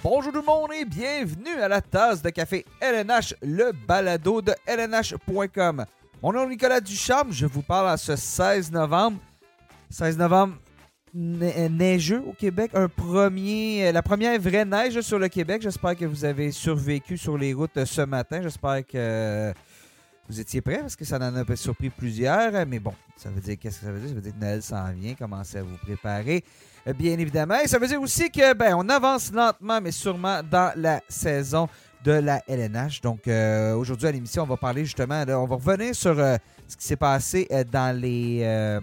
Bonjour tout le monde et bienvenue à la tasse de café LNH, le balado de LNH.com. Mon nom est Nicolas Ducharme, je vous parle à ce 16 novembre. 16 novembre neigeux au Québec, la première vraie neige sur le Québec. J'espère que vous avez survécu sur les routes ce matin. J'espère que vous étiez prêts parce que ça en a surpris plusieurs. Mais bon, ça veut dire qu'est-ce que ça veut dire? Ça veut dire que Noël s'en vient. Commencez à vous préparer, bien évidemment. Et ça veut dire aussi que on avance lentement mais sûrement dans la saison de la LNH. Donc aujourd'hui à l'émission, on va parler justement, on va revenir sur ce qui s'est passé dans les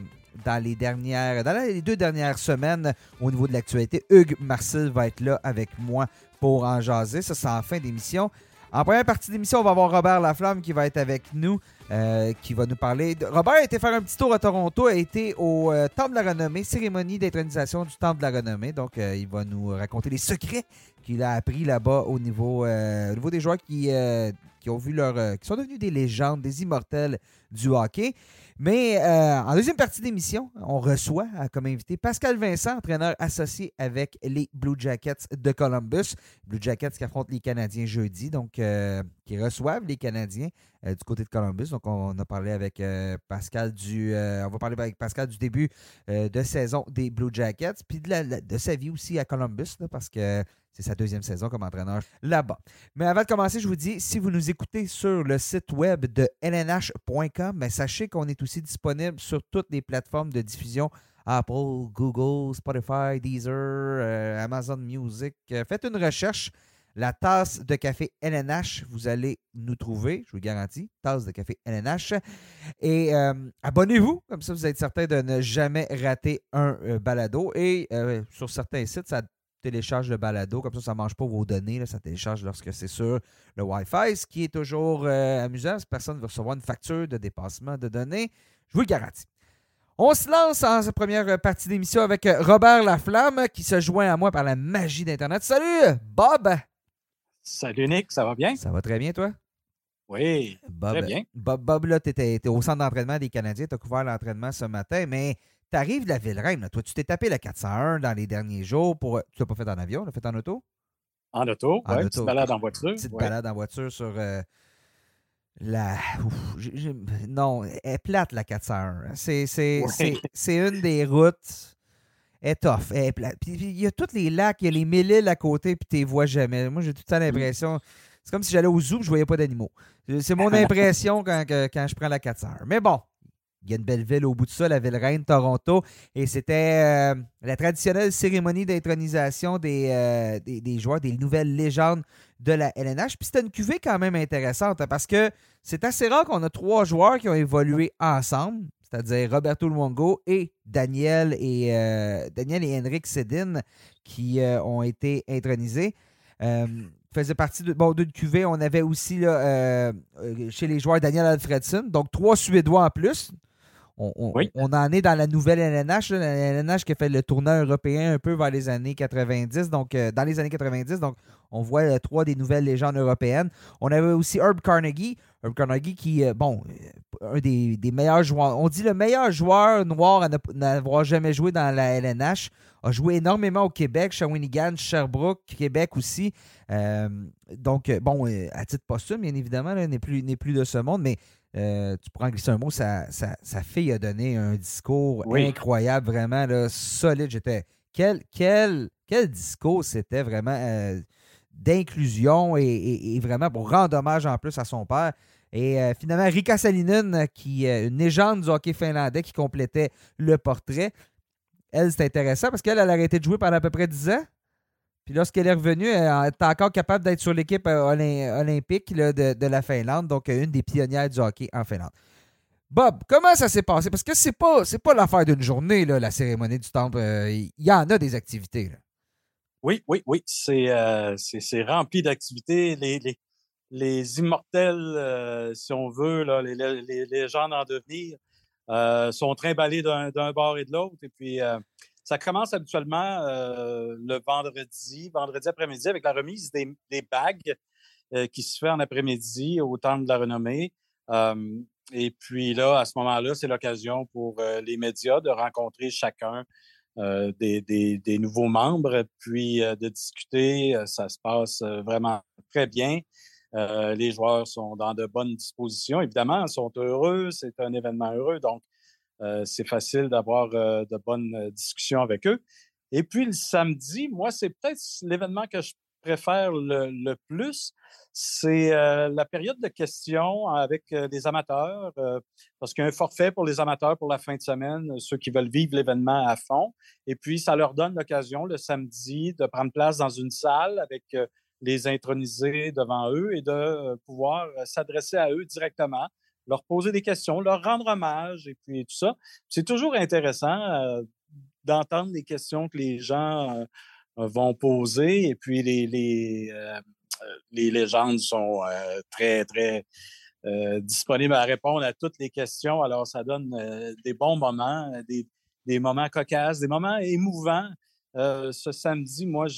deux dernières semaines au niveau de l'actualité. Hugues Marcil va être là avec moi pour en jaser. Ça, c'est en fin d'émission. En première partie d'émission, on va avoir Robert Laflamme qui va être avec nous, qui va nous parler. Robert a été faire un petit tour à Toronto, a été au Temple de la Renommée, cérémonie d'intronisation du Temple de la Renommée. Donc, il va nous raconter les secrets qu'il a appris là-bas au niveau des joueurs qui ont vu qui sont devenus des légendes, des immortels du hockey. Mais en deuxième partie d'émission, on reçoit comme invité Pascal Vincent, entraîneur associé avec les Blue Jackets de Columbus. Blue Jackets qui affrontent les Canadiens jeudi, donc qui reçoivent les Canadiens du côté de Columbus. Donc on a parlé avec Pascal on va parler avec Pascal du début de saison des Blue Jackets, puis de sa vie aussi à Columbus, là, parce que c'est sa deuxième saison comme entraîneur là-bas. Mais avant de commencer, je vous dis, si vous nous écoutez sur le site web de lnh.com, sachez qu'on est aussi disponible sur toutes les plateformes de diffusion Apple, Google, Spotify, Deezer, Amazon Music. Faites une recherche, la tasse de café LNH, vous allez nous trouver, je vous le garantis, tasse de café LNH. Et abonnez-vous, comme ça vous êtes certain de ne jamais rater un balado. Et sur certains sites, ça télécharge le balado, comme ça ne mange pas vos données, là, ça télécharge lorsque c'est sur le Wi-Fi, ce qui est toujours amusant, parce que personne ne va recevoir une facture de dépassement de données. Je vous le garantis. On se lance en cette première partie d'émission avec Robert Laflamme, qui se joint à moi par la magie d'Internet. Salut, Bob! Salut, Nick, ça va bien? Ça va très bien, toi? Oui, Bob, très bien. Bob là, tu étais au centre d'entraînement des Canadiens, tu as couvert l'entraînement ce matin, mais tu arrives de la Ville-Reine. Toi, tu t'es tapé le 401 dans les derniers jours. Tu l'as pas fait en avion, tu l'as fait en auto? En auto, oui, petite balade en voiture. Petite balade en voiture sur non, elle est plate, la 401. C'est une des routes. Elle est tough. Elle est plate. Puis il y a tous les lacs, il y a les 1000 îles à côté, puis tu les vois jamais. Moi, j'ai tout le temps l'impression. C'est comme si j'allais au zoo et je voyais pas d'animaux. C'est mon impression quand je prends la 401. Mais bon, il y a une belle ville au bout de ça, la Ville-Reine, Toronto. Et c'était la traditionnelle cérémonie d'intronisation des joueurs, des nouvelles légendes de la LNH. Puis c'était une cuvée quand même intéressante parce que c'est assez rare qu'on a 3 joueurs qui ont évolué ensemble, c'est-à-dire Roberto Luongo et Daniel et Henrik Sedin qui ont été intronisés. Faisait partie d'une cuvée. On avait aussi là, chez les joueurs Daniel Alfredson, donc 3 Suédois en plus. On en est dans la nouvelle LNH, là, la LNH qui a fait le tournoi européen un peu vers les années 90, donc dans les années 90, donc on voit 3 des nouvelles légendes européennes. On avait aussi Herb Carnegie qui, un des meilleurs joueurs, on dit le meilleur joueur noir à n'avoir jamais joué dans la LNH, a joué énormément au Québec, Shawinigan, Sherbrooke, Québec aussi. Donc, à titre posthume, bien évidemment, là, n'est plus de ce monde, mais tu pourras en glisser un mot, sa fille a donné un discours incroyable, vraiment là, solide. Quel discours c'était vraiment d'inclusion et vraiment pour rendre hommage en plus à son père. Et finalement, Rika Salinen, qui est une légende du hockey finlandais, qui complétait le portrait. Elle, c'est intéressant parce qu'elle a arrêté de jouer pendant à peu près 10 ans. Puis lorsqu'elle est revenue, elle est encore capable d'être sur l'équipe olympique là, de la Finlande, donc une des pionnières du hockey en Finlande. Bob, comment ça s'est passé? Parce que c'est pas l'affaire d'une journée, là, la cérémonie du temple. Il y en a des activités. Là. Oui. C'est rempli d'activités. Les immortels, si on veut, là, les légendes en devenir, sont trimballés d'un bord et de l'autre. Et puis, ça commence habituellement le vendredi après-midi, avec la remise des bagues qui se fait en après-midi au Temple de la Renommée. Et puis là, à ce moment-là, c'est l'occasion pour les médias de rencontrer chacun des nouveaux membres, puis de discuter. Ça se passe vraiment très bien. Les joueurs sont dans de bonnes dispositions. Évidemment, ils sont heureux. C'est un événement heureux, donc c'est facile d'avoir de bonnes discussions avec eux. Et puis le samedi, moi, c'est peut-être l'événement que je préfère le plus. C'est la période de questions avec les amateurs, parce qu'il y a un forfait pour les amateurs pour la fin de semaine, ceux qui veulent vivre l'événement à fond. Et puis, ça leur donne l'occasion le samedi de prendre place dans une salle avec les intronisés devant eux et de pouvoir s'adresser à eux directement, leur poser des questions, leur rendre hommage et puis tout ça. C'est toujours intéressant d'entendre les questions que les gens vont poser et puis les légendes sont très, très disponibles à répondre à toutes les questions. Alors, ça donne des bons moments, des moments cocasses, des moments émouvants. Ce samedi, moi,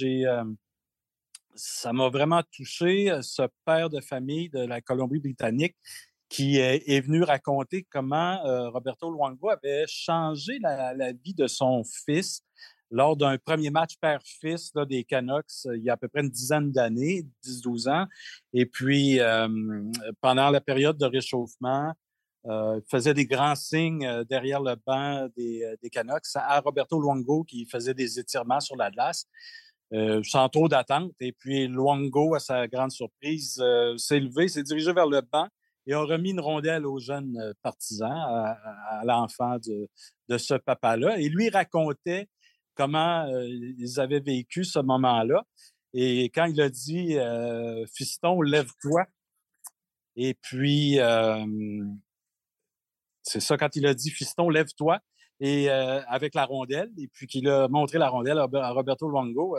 ça m'a vraiment touché, ce père de famille de la Colombie-Britannique qui est venu raconter comment Roberto Luongo avait changé la vie de son fils lors d'un premier match père-fils là, des Canucks il y a à peu près une dizaine d'années, 10-12 ans. Et puis, pendant la période de réchauffement, il faisait des grands signes derrière le banc des Canucks à Roberto Luongo qui faisait des étirements sur la glace. Sans trop d'attente. Et puis, Luongo, à sa grande surprise, s'est levé, s'est dirigé vers le banc et a remis une rondelle aux jeunes partisans, à l'enfant de ce papa-là. Et lui racontait comment ils avaient vécu ce moment-là. Et quand il a dit Fiston, lève-toi. Et puis, c'est ça, quand il a dit Fiston, lève-toi. Et avec la rondelle, et puis qu'il a montré la rondelle à Roberto Luongo,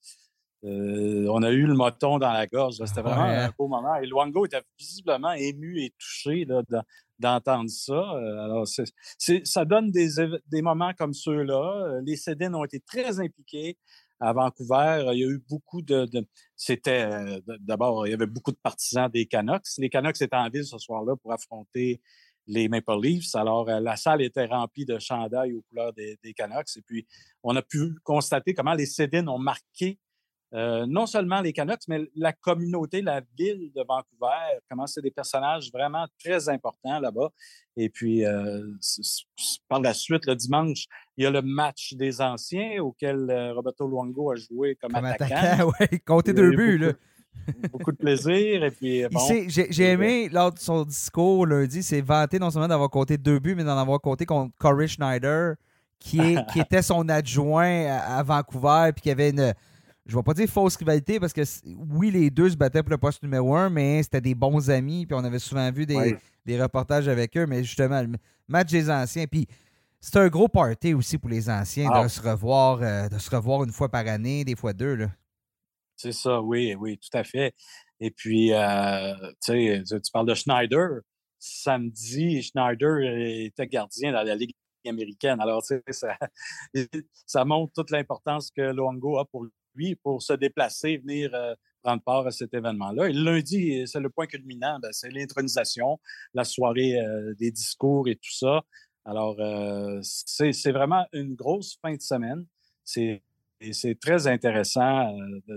on a eu le moton dans la gorge. C'était vraiment un beau moment. Et Luongo était visiblement ému et touché là, d'entendre ça. Alors, ça donne des moments comme ceux-là. Les Cédines ont été très impliqués à Vancouver. Il y a eu beaucoup d'abord, il y avait beaucoup de partisans des Canucks. Les Canucks étaient en ville ce soir-là pour affronter les Maple Leafs. Alors, la salle était remplie de chandails aux couleurs des Canucks. Et puis, on a pu constater comment les Cédines ont marqué non seulement les Canucks, mais la communauté, la ville de Vancouver, comment c'est des personnages vraiment très importants là-bas. Et puis, par la suite, le dimanche, il y a le match des anciens auquel Roberto Luongo a joué comme attaquant. Oui, compter 2 buts, là. Beaucoup de plaisir. Et puis, bon, j'ai aimé, lors de son discours lundi, c'est vanté non seulement d'avoir compté 2 buts, mais d'en avoir compté contre Corey Schneider, qui était son adjoint à Vancouver, puis qui avait une, je ne vais pas dire fausse rivalité, parce que oui, les deux se battaient pour le poste numéro 1, mais c'était des bons amis, puis on avait souvent vu des reportages avec eux, mais justement, le match des anciens, puis c'est un gros party aussi pour les anciens de se revoir une fois par année, des fois deux, là. C'est ça, oui, oui, tout à fait. Et puis, tu sais, tu parles de Schneider. Samedi, Schneider était gardien dans la Ligue américaine. Alors, tu sais, ça montre toute l'importance que Luongo a pour lui, pour se déplacer, venir prendre part à cet événement-là. Et le lundi, c'est le point culminant, c'est l'intronisation, la soirée des discours et tout ça. Alors, c'est vraiment une grosse fin de semaine. C'est très intéressant.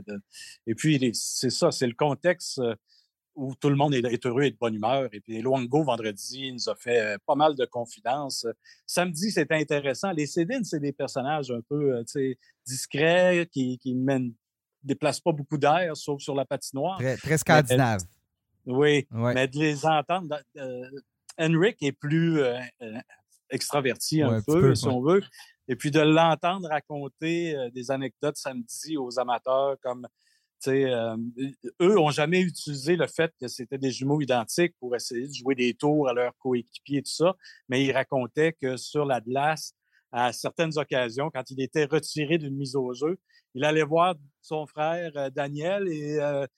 Et puis, c'est ça, c'est le contexte où tout le monde est heureux et de bonne humeur. Et puis, Luongo, vendredi, nous a fait pas mal de confidences. Samedi, c'était intéressant. Les Cédines, c'est des personnages un peu discrets qui ne déplacent pas beaucoup d'air, sauf sur la patinoire. Très, très scandinave. Oui, mais de les entendre... Henrik est plus extraverti un peu, si on veut. Et puis de l'entendre raconter des anecdotes samedi aux amateurs comme, tu sais, eux n'ont jamais utilisé le fait que c'était des jumeaux identiques pour essayer de jouer des tours à leurs coéquipiers et tout ça, mais ils racontaient que sur la glace, à certaines occasions, quand il était retiré d'une mise au jeu, il allait voir son frère Daniel et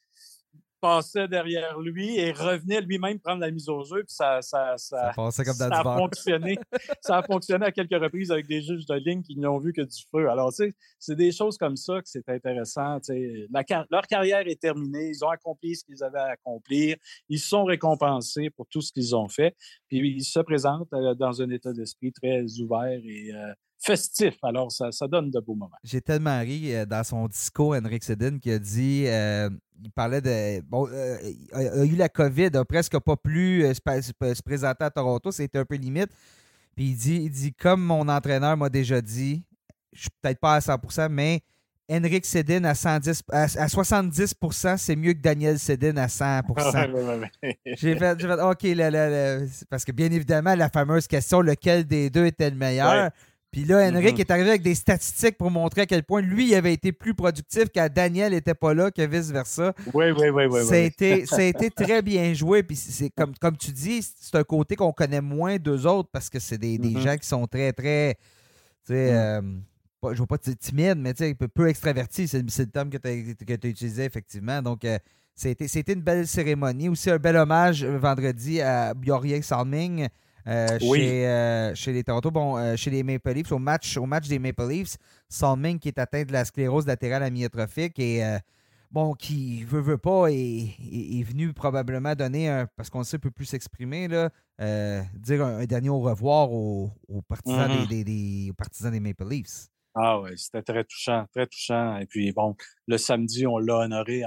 passait derrière lui et revenait lui-même prendre la mise au jeu. Puis ça passait comme dans a fonctionné. Ça a fonctionné à quelques reprises avec des juges de ligne qui n'ont vu que du feu. Alors, tu sais, c'est des choses comme ça que c'est intéressant. Leur carrière est terminée. Ils ont accompli ce qu'ils avaient à accomplir. Ils sont récompensés pour tout ce qu'ils ont fait. Puis, ils se présentent dans un état d'esprit très ouvert et festif. Alors, ça donne de beaux moments. J'ai tellement ri dans son discours, Henrik Sedin, qui a dit, il parlait de, bon, il a eu la COVID, a presque pas pu se présenter à Toronto, c'était un peu limite. Puis il dit, comme mon entraîneur m'a déjà dit, je suis peut-être pas à 100%, mais Henrik Sedin à 70%, c'est mieux que Daniel Sedin à 100%. J'ai fait, OK, parce que bien évidemment, la fameuse question, lequel des deux était le meilleur? Puis là, Henrik est arrivé avec des statistiques pour montrer à quel point lui, il avait été plus productif quand Daniel n'était pas là, que vice-versa. Oui. Ça a été très bien joué. Puis c'est comme tu dis, c'est un côté qu'on connaît moins d'eux autres parce que c'est des gens qui sont très, très, tu sais, je ne veux pas dire timide, mais peu extraverti. C'est le terme que tu as utilisé, effectivement. Donc, c'était une belle cérémonie. Aussi, un bel hommage vendredi à Bjorn Salming. Chez les Toronto, chez les Maple Leafs, au match des Maple Leafs, Salming qui est atteint de la sclérose latérale amyotrophique et qui veut pas est venu probablement donner parce qu'on sait peut plus s'exprimer là, dire un dernier au revoir aux partisans aux partisans des Maple Leafs. Ah oui, c'était très touchant, très touchant. Et puis bon, le samedi, on l'a honoré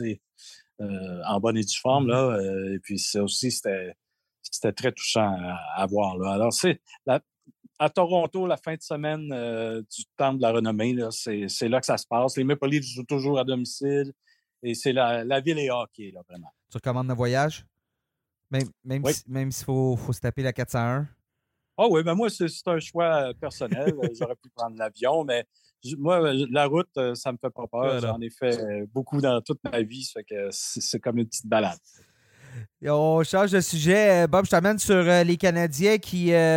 en bonne et due forme là. Et puis ça aussi, c'était très touchant à voir. Là. Alors, à Toronto, la fin de semaine du temps de la renommée, là, c'est là que ça se passe. Les Maple Leafs jouent toujours à domicile et c'est la ville est hockey, là, vraiment. Tu recommandes le voyage? Même s'il faut se taper la 401? Ah oui, ben moi, c'est un choix personnel. J'aurais pu prendre l'avion, mais moi, la route, ça me fait pas peur. J'en ai fait beaucoup dans toute ma vie. Ça fait que c'est comme une petite balade. Et on change de sujet. Bob, je t'amène sur les Canadiens qui, hier,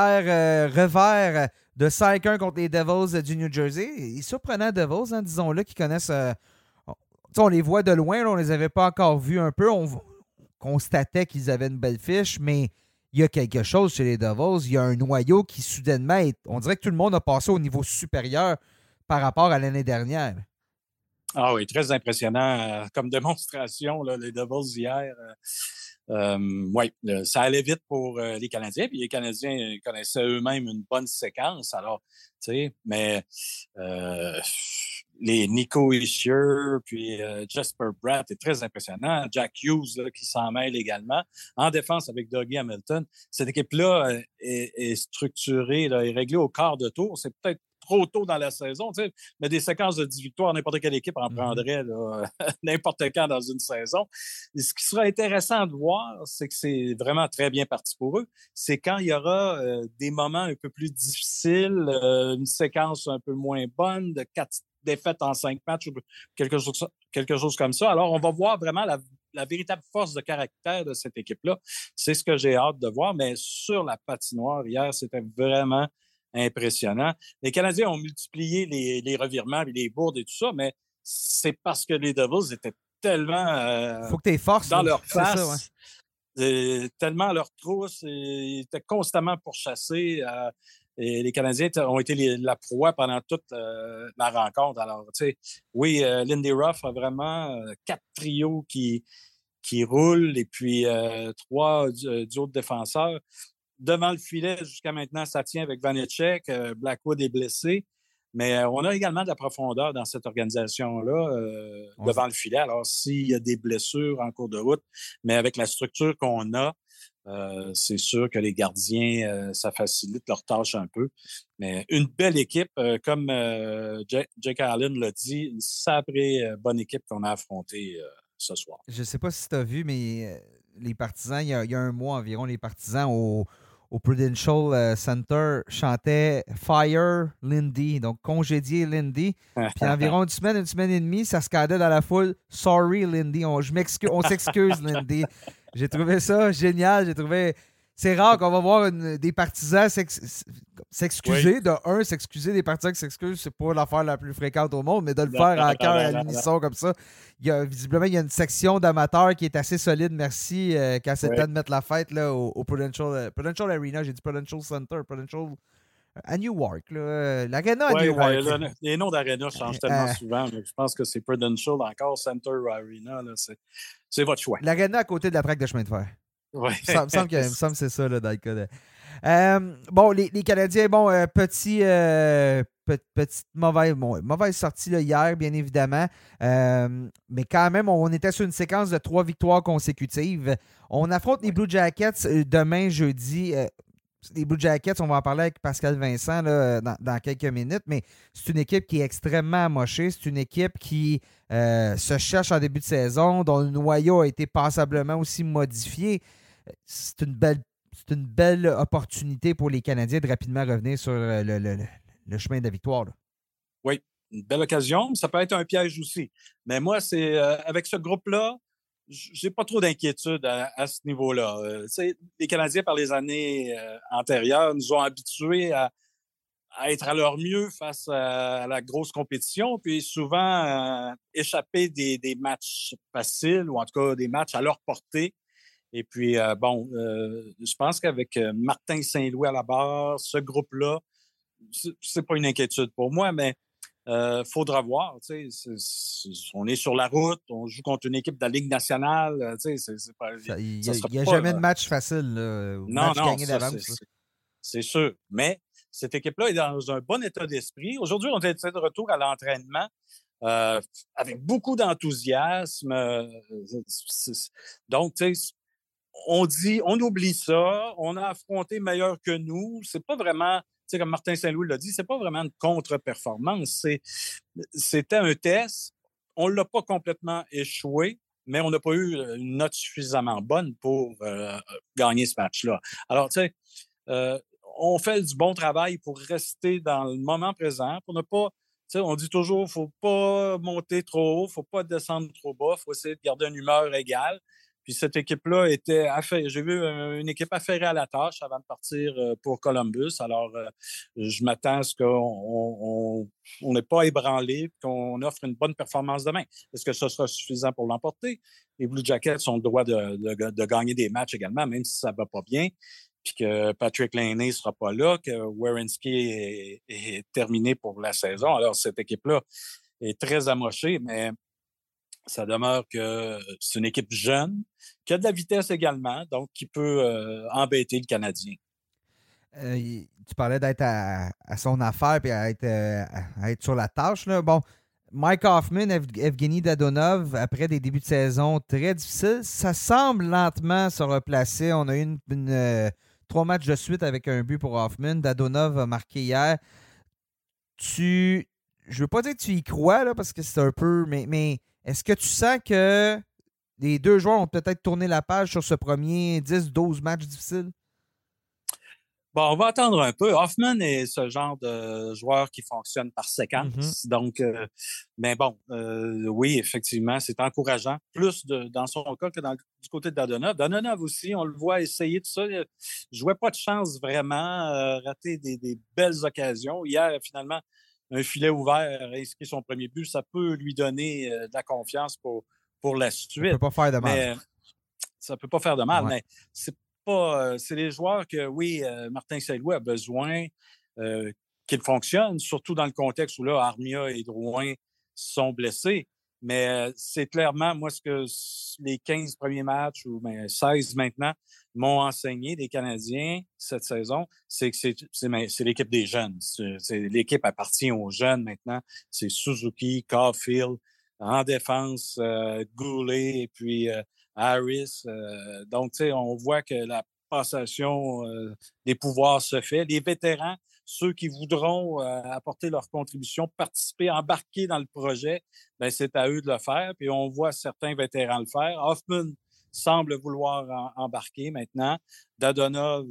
revers de 5-1 contre les Devils du New Jersey. Et surprenant Devils, disons-le, qui connaissent... on les voit de loin, là, on les avait pas encore vus un peu. On constatait qu'ils avaient une belle fiche, mais il y a quelque chose chez les Devils. Il y a un noyau qui, soudainement, on dirait que tout le monde a passé au niveau supérieur par rapport à l'année dernière. Ah oui, très impressionnant comme démonstration, là, les Devils hier. Ça allait vite pour les Canadiens. Puis les Canadiens connaissaient eux-mêmes une bonne séquence. Alors, tu sais, mais les Nico Hischier, puis Jesper Bratt est très impressionnant. Jack Hughes là, qui s'en mêle également. En défense avec Dougie Hamilton. Cette équipe-là est structurée, là, est réglée au quart de tour. C'est peut-être trop tôt dans la saison, tu sais, mais des séquences de 10 victoires, n'importe quelle équipe en prendrait là, n'importe quand dans une saison. Et ce qui sera intéressant de voir, c'est que c'est vraiment très bien parti pour eux. C'est quand il y aura des moments un peu plus difficiles, une séquence un peu moins bonne, de 4 défaites en 5 matchs, quelque chose comme ça. Alors, on va voir vraiment la véritable force de caractère de cette équipe-là. C'est ce que j'ai hâte de voir, mais sur la patinoire, hier, c'était vraiment impressionnant. Les Canadiens ont multiplié les revirements et les bourdes et tout ça, mais c'est parce que les Devils étaient tellement faut que t'aies force, dans leur face, tellement à leur trousse, ils étaient constamment pourchassés. Et les Canadiens ont été la proie pendant toute la rencontre. Alors, tu sais, oui, Lindy Ruff a vraiment 4 trios qui roulent et puis 3 duos de défenseurs. Devant le filet, jusqu'à maintenant, ça tient avec Vanecek. Blackwood est blessé. Mais on a également de la profondeur dans cette organisation-là devant le filet. Alors, s'il y a des blessures en cours de route, mais avec la structure qu'on a, c'est sûr que les gardiens, ça facilite leur tâche un peu. Mais une belle équipe, comme Jake Allen l'a dit, une sacrée bonne équipe qu'on a affrontée ce soir. Je ne sais pas si tu as vu, mais les partisans, il y a un mois environ, les partisans au Prudential Center chantaient « Fire Lindy », donc « Congédier Lindy ». Puis environ une semaine et demie, ça scandait dans la foule « Sorry Lindy », on s'excuse Lindy. J'ai trouvé ça génial, j'ai trouvé... C'est rare qu'on va voir des partisans s'excuser. Oui. S'excuser des partisans qui s'excusent, c'est pas l'affaire la plus fréquente au monde, mais de le faire en cœur à l'unisson comme ça. Visiblement, il y a une section d'amateurs qui est assez solide, merci, quand c'est le temps de mettre la fête là, au Prudential Arena. J'ai dit Prudential Center, Prudential à Newark. L'Arena à Newark. Les noms d'Arena changent tellement souvent, mais je pense que c'est Prudential encore, Center Arena. Là, c'est votre choix. L'Arena à côté de la traque de chemin de fer. Oui. Il me semble que c'est ça là, dans le cas de... Bon, les Canadiens, petite mauvaise sortie là, hier, bien évidemment. Mais quand même, on était sur une séquence de 3 victoires consécutives. On affronte les Blue Jackets demain, jeudi. Les Blue Jackets, on va en parler avec Pascal Vincent là, dans quelques minutes, mais c'est une équipe qui est extrêmement amochée. C'est une équipe qui se cherche en début de saison, dont le noyau a été passablement aussi modifié. C'est une belle opportunité pour les Canadiens de rapidement revenir sur le chemin de la victoire. Là. Oui, une belle occasion. Ça peut être un piège aussi. Mais moi, c'est avec ce groupe-là, j'ai pas trop d'inquiétude à ce niveau-là. Les Canadiens, par les années antérieures, nous ont habitués à être à leur mieux face à la grosse compétition, puis souvent échapper des matchs faciles ou en tout cas des matchs à leur portée. Et puis, je pense qu'avec Martin Saint-Louis à la barre, ce groupe-là, c'est pas une inquiétude pour moi, mais faudra voir. On est sur la route, on joue contre une équipe de la Ligue nationale. Il n'y a jamais de match facile, match gagné d'avance. C'est sûr. Mais cette équipe-là est dans un bon état d'esprit. Aujourd'hui, on est de retour à l'entraînement avec beaucoup d'enthousiasme. Donc, on oublie ça, on a affronté meilleur que nous. C'est pas vraiment, comme Martin Saint-Louis l'a dit, c'est pas vraiment une contre-performance. C'était un test. On l'a pas complètement échoué, mais on n'a pas eu une note suffisamment bonne pour gagner ce match-là. Alors, on fait du bon travail pour rester dans le moment présent, pour ne pas, on dit toujours, faut pas monter trop haut, faut pas descendre trop bas, faut essayer de garder une humeur égale. Puis cette équipe-là était j'ai vu une équipe affairée à la tâche avant de partir pour Columbus. Alors, je m'attends à ce qu'on n'ait pas ébranlé, qu'on offre une bonne performance demain. Est-ce que ce sera suffisant pour l'emporter? Les Blue Jackets ont le droit de gagner des matchs également, même si ça ne va pas bien. Puis que Patrick Laine ne sera pas là, que Werenski est terminé pour la saison. Alors, cette équipe-là est très amochée, mais ça demeure que c'est une équipe jeune, qui a de la vitesse également, donc qui peut embêter le Canadien. Tu parlais d'être à son affaire et à être sur la tâche. Là. Bon, Mike Hoffman, Evgeny Dadonov, après des débuts de saison très difficiles, ça semble lentement se replacer. On a eu 3 matchs de suite avec un but pour Hoffman. Dadonov a marqué hier. Je veux pas dire que tu y crois, là, parce que c'est un peu... Mais est-ce que tu sens que les deux joueurs ont peut-être tourné la page sur ce premier 10-12 matchs difficiles? Bon, on va attendre un peu. Hoffman est ce genre de joueur qui fonctionne par séquence. Mm-hmm. Donc, mais bon, oui, effectivement, c'est encourageant. Plus dans son cas que du côté de Dadonov. Dadonov aussi, on le voit essayer tout ça. Il jouait pas de chance vraiment, rater des belles occasions. Hier, finalement, un filet ouvert, inscrit son premier but, ça peut lui donner de la confiance pour la suite. Ça peut pas faire de mal. Ça peut pas faire de mal, mais c'est les joueurs que, oui, Martin Saint-Louis a besoin qu'ils fonctionnent, surtout dans le contexte où là, Armia et Drouin sont blessés. Mais c'est clairement, moi, ce que les 15 premiers matchs, ou 16 maintenant, m'ont enseigné des Canadiens cette saison, c'est que c'est l'équipe des jeunes. L'équipe appartient aux jeunes maintenant. C'est Suzuki, Caulfield, en défense, Goulet et puis Harris. Donc, tu sais, on voit que la passation des pouvoirs se fait. Les vétérans, ceux qui voudront apporter leur contribution, participer, embarquer dans le projet, ben c'est à eux de le faire. Puis on voit certains vétérans le faire. Hoffman semble vouloir embarquer maintenant. Dadonov,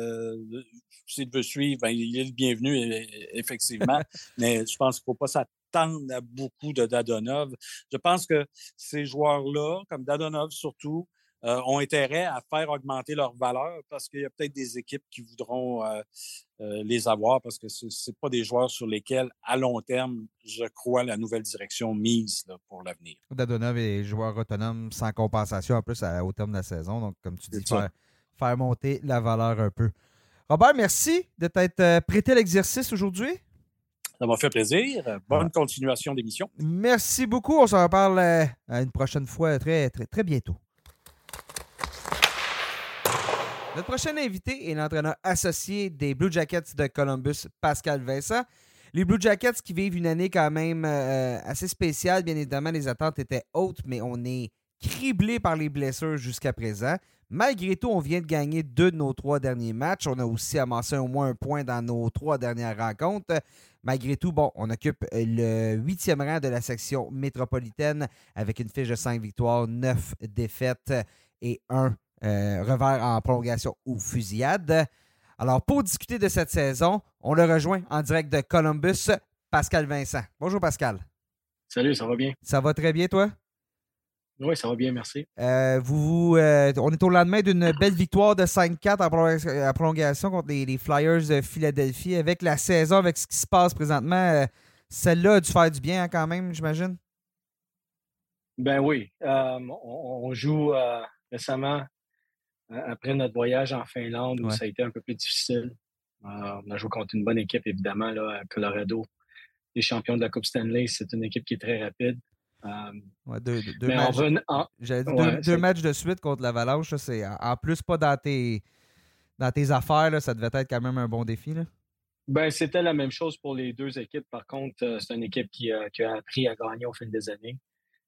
s'il veut suivre, ben, il est le bienvenu, effectivement. Mais je pense qu'il ne faut pas s'attendre à beaucoup de Dadonov. Je pense que ces joueurs-là, comme Dadonov surtout, ont intérêt à faire augmenter leur valeur parce qu'il y a peut-être des équipes qui voudront les avoir parce que ce n'est pas des joueurs sur lesquels, à long terme, je crois, la nouvelle direction mise là, pour l'avenir. Dadonov est joueur autonome sans compensation en plus au terme de la saison. Donc, comme tu dis, faire monter la valeur un peu. Robert, merci de t'être prêté à l'exercice aujourd'hui. Ça m'a fait plaisir. Bonne continuation d'émission. Merci beaucoup. On se reparle une prochaine fois très, très, très bientôt. Notre prochain invité est l'entraîneur associé des Blue Jackets de Columbus, Pascal Vincent. Les Blue Jackets qui vivent une année quand même assez spéciale. Bien évidemment, les attentes étaient hautes, mais on est criblé par les blessures jusqu'à présent. Malgré tout, on vient de gagner 2 de nos 3 derniers matchs. On a aussi amassé au moins un point dans nos 3 dernières rencontres. Malgré tout, bon, on occupe le 8e rang de la section métropolitaine avec une fiche de 5 victoires, 9 défaites et 1 revers en prolongation ou fusillade. Alors, pour discuter de cette saison, on le rejoint en direct de Columbus, Pascal Vincent. Bonjour, Pascal. Salut, ça va bien? Ça va très bien, toi? Oui, ça va bien, merci. On est au lendemain d'une belle victoire de 5-4 en prolongation contre les Flyers de Philadelphie. Avec la saison, avec ce qui se passe présentement, celle-là a dû faire du bien quand même, j'imagine? Ben oui. On joue récemment, après notre voyage en Finlande, où ça a été un peu plus difficile. On a joué contre une bonne équipe, évidemment, là, à Colorado. Les champions de la Coupe Stanley, c'est une équipe qui est très rapide. Deux matchs de suite contre l'Avalanche, c'est en plus pas dans tes affaires, là, ça devait être quand même un bon défi. Là. Ben, c'était la même chose pour les deux équipes. Par contre, c'est une équipe qui a appris à gagner au fil des années.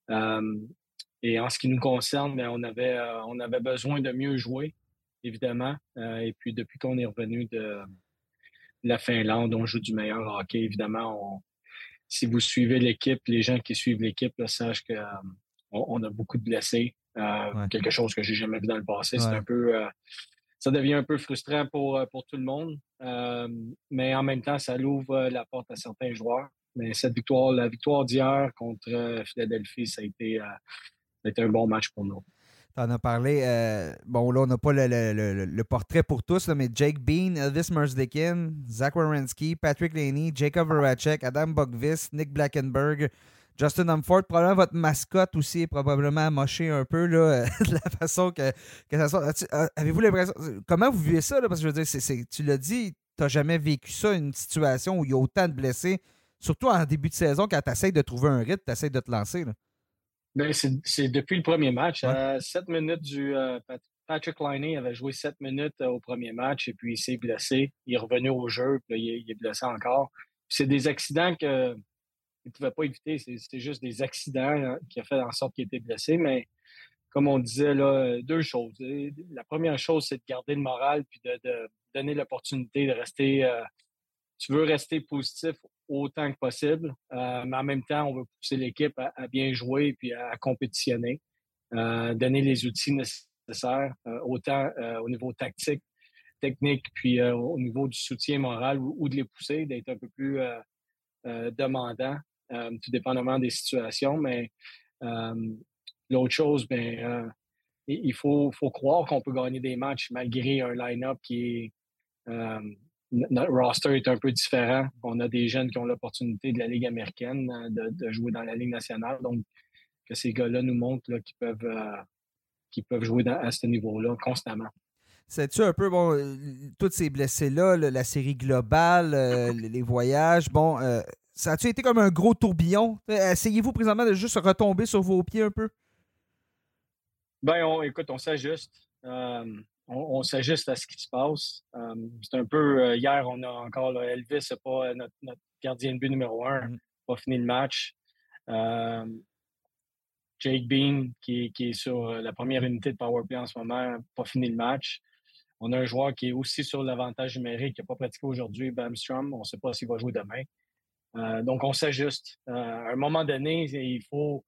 Et en ce qui nous concerne, ben, on avait besoin de mieux jouer, évidemment. Et puis depuis qu'on est revenu de la Finlande, on joue du meilleur hockey. Évidemment, si vous suivez l'équipe, les gens qui suivent l'équipe là, sachent que on a beaucoup de blessés. Quelque chose que j'ai jamais vu dans le passé. C'est un peu, ça devient un peu frustrant pour tout le monde. Mais en même temps, ça l'ouvre la porte à certains joueurs. Mais la victoire d'hier contre Philadelphie, ça a été un bon match pour nous. Tu en as parlé. Bon, là, on n'a pas le portrait pour tous, là, mais Jake Bean, Elvis Merzlikins, Zach Werenski, Patrick Laney, Jacob Voracek, Adam Bogvis, Nick Blackenberg, Justin Humford. Probablement votre mascotte aussi est probablement amoché un peu là, de la façon que ça sort. Avez-vous l'impression... Comment vous vivez ça? Là? Parce que je veux dire, tu l'as dit, tu n'as jamais vécu ça, une situation où il y a autant de blessés, surtout en début de saison, quand tu essaies de trouver un rythme, tu essaies de te lancer. Là. Ben, c'est depuis le premier match. 7 minutes Patrick Laine avait joué 7 minutes au premier match et puis il s'est blessé. Il est revenu au jeu, puis là, il est blessé encore. C'est des accidents qu'il ne pouvait pas éviter. C'est juste des accidents qui ont fait en sorte qu'il était blessé. Mais comme on disait, là, 2 choses. La première chose, c'est de garder le moral puis de donner l'opportunité de rester. Tu veux rester positif autant que possible, mais en même temps, on veut pousser l'équipe à bien jouer et à compétitionner, donner les outils nécessaires, autant au niveau tactique, technique, puis au niveau du soutien moral ou de les pousser, d'être un peu plus demandant, tout dépendamment des situations. Mais l'autre chose, il faut croire qu'on peut gagner des matchs malgré un line-up qui est... notre roster est un peu différent. On a des jeunes qui ont l'opportunité de la Ligue américaine de jouer dans la Ligue nationale. Donc, que ces gars-là nous montrent là, qu'ils peuvent jouer à ce niveau-là constamment. C'est-tu un peu, bon, tous ces blessés-là, la série globale, les voyages, bon, ça a-tu été comme un gros tourbillon? Essayez-vous présentement de juste retomber sur vos pieds un peu? Écoute, on s'ajuste. On s'ajuste à ce qui se passe. C'est un peu... hier, on a encore... Là, Elvis, c'est pas notre gardien de but numéro 1. Pas fini le match. Jake Bean, qui est sur la première unité de Powerplay en ce moment, pas fini le match. On a un joueur qui est aussi sur l'avantage numérique, qui n'a pas pratiqué aujourd'hui, Bamstrom. On ne sait pas s'il va jouer demain. Donc, on s'ajuste. À un moment donné, il faut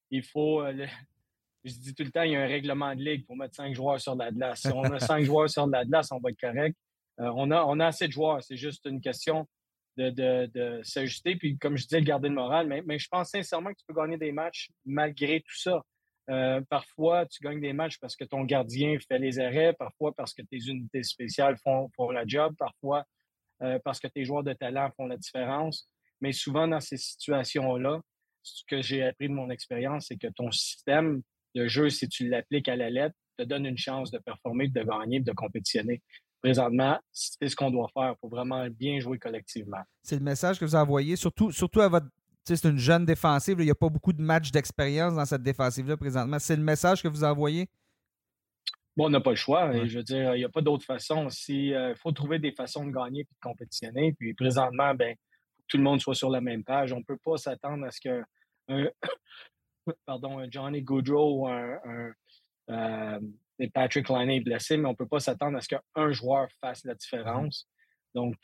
je dis tout le temps, il y a un règlement de ligue pour mettre 5 joueurs sur de la glace. Si on a 5 joueurs sur de la glace, on va être correct. On a assez de joueurs. C'est juste une question de s'ajuster. Puis, comme je disais, de garder le moral. Mais je pense sincèrement que tu peux gagner des matchs malgré tout ça. Parfois, tu gagnes des matchs parce que ton gardien fait les arrêts. Parfois, parce que tes unités spéciales font la job. Parfois, parce que tes joueurs de talent font la différence. Mais souvent, dans ces situations-là, ce que j'ai appris de mon expérience, c'est que ton système de jeu, si tu l'appliques à la lettre, te donne une chance de performer, de gagner, de compétitionner. Présentement, c'est ce qu'on doit faire pour vraiment bien jouer collectivement. C'est le message que vous envoyez, surtout à votre... C'est une jeune défensive. Là, il n'y a pas beaucoup de matchs d'expérience dans cette défensive-là présentement. C'est le message que vous envoyez? Bon, on n'a pas le choix. Ouais. Et je veux dire, il n'y a pas d'autre façon. Il faut trouver des façons de gagner et de compétitionner. Puis présentement, ben, faut que tout le monde soit sur la même page. On ne peut pas s'attendre à ce que un, un Johnny Gaudreau ou euh, Patrick Laine est blessé, mais on ne peut pas s'attendre à ce qu'un joueur fasse la Mhm. différence. Donc,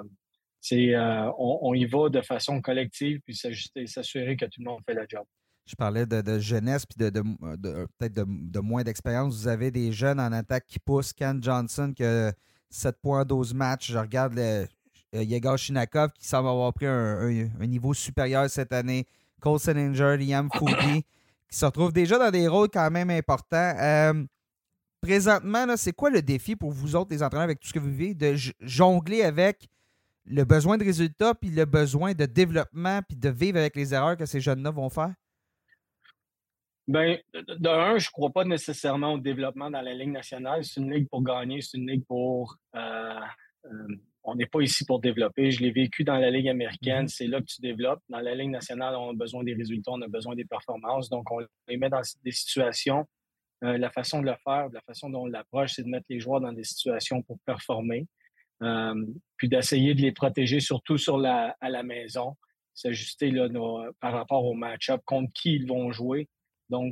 on y va de façon collective puis s'ajuster, s'assurer que tout le monde fait le job. Je parlais de jeunesse puis peut-être de moins d'expérience. Vous avez des jeunes en attaque qui poussent. Ken Johnson qui a 7 points en 12 matchs. Je regarde Yegor Shinakov qui semble avoir pris un niveau supérieur cette année. Cole Sillinger, Liam Foudy qui se retrouvent déjà dans des rôles quand même importants. Présentement, là, c'est quoi le défi pour vous autres, les entraîneurs, avec tout ce que vous vivez, de jongler avec le besoin de résultats puis le besoin de développement puis de vivre avec les erreurs que ces jeunes-là vont faire? Ben, je ne crois pas nécessairement au développement dans la Ligue nationale. C'est une ligue pour gagner, c'est une ligue pour. On n'est pas ici pour développer. Je l'ai vécu dans la Ligue américaine. Mhm. C'est là que tu développes. Dans la Ligue nationale, on a besoin des résultats, on a besoin des performances. Donc, on les met dans des situations. La façon de le faire, la façon dont on l'approche, c'est de mettre les joueurs dans des situations pour performer. Puis d'essayer de les protéger, surtout à la maison, s'ajuster là, par rapport au match-up, contre qui ils vont jouer. Donc,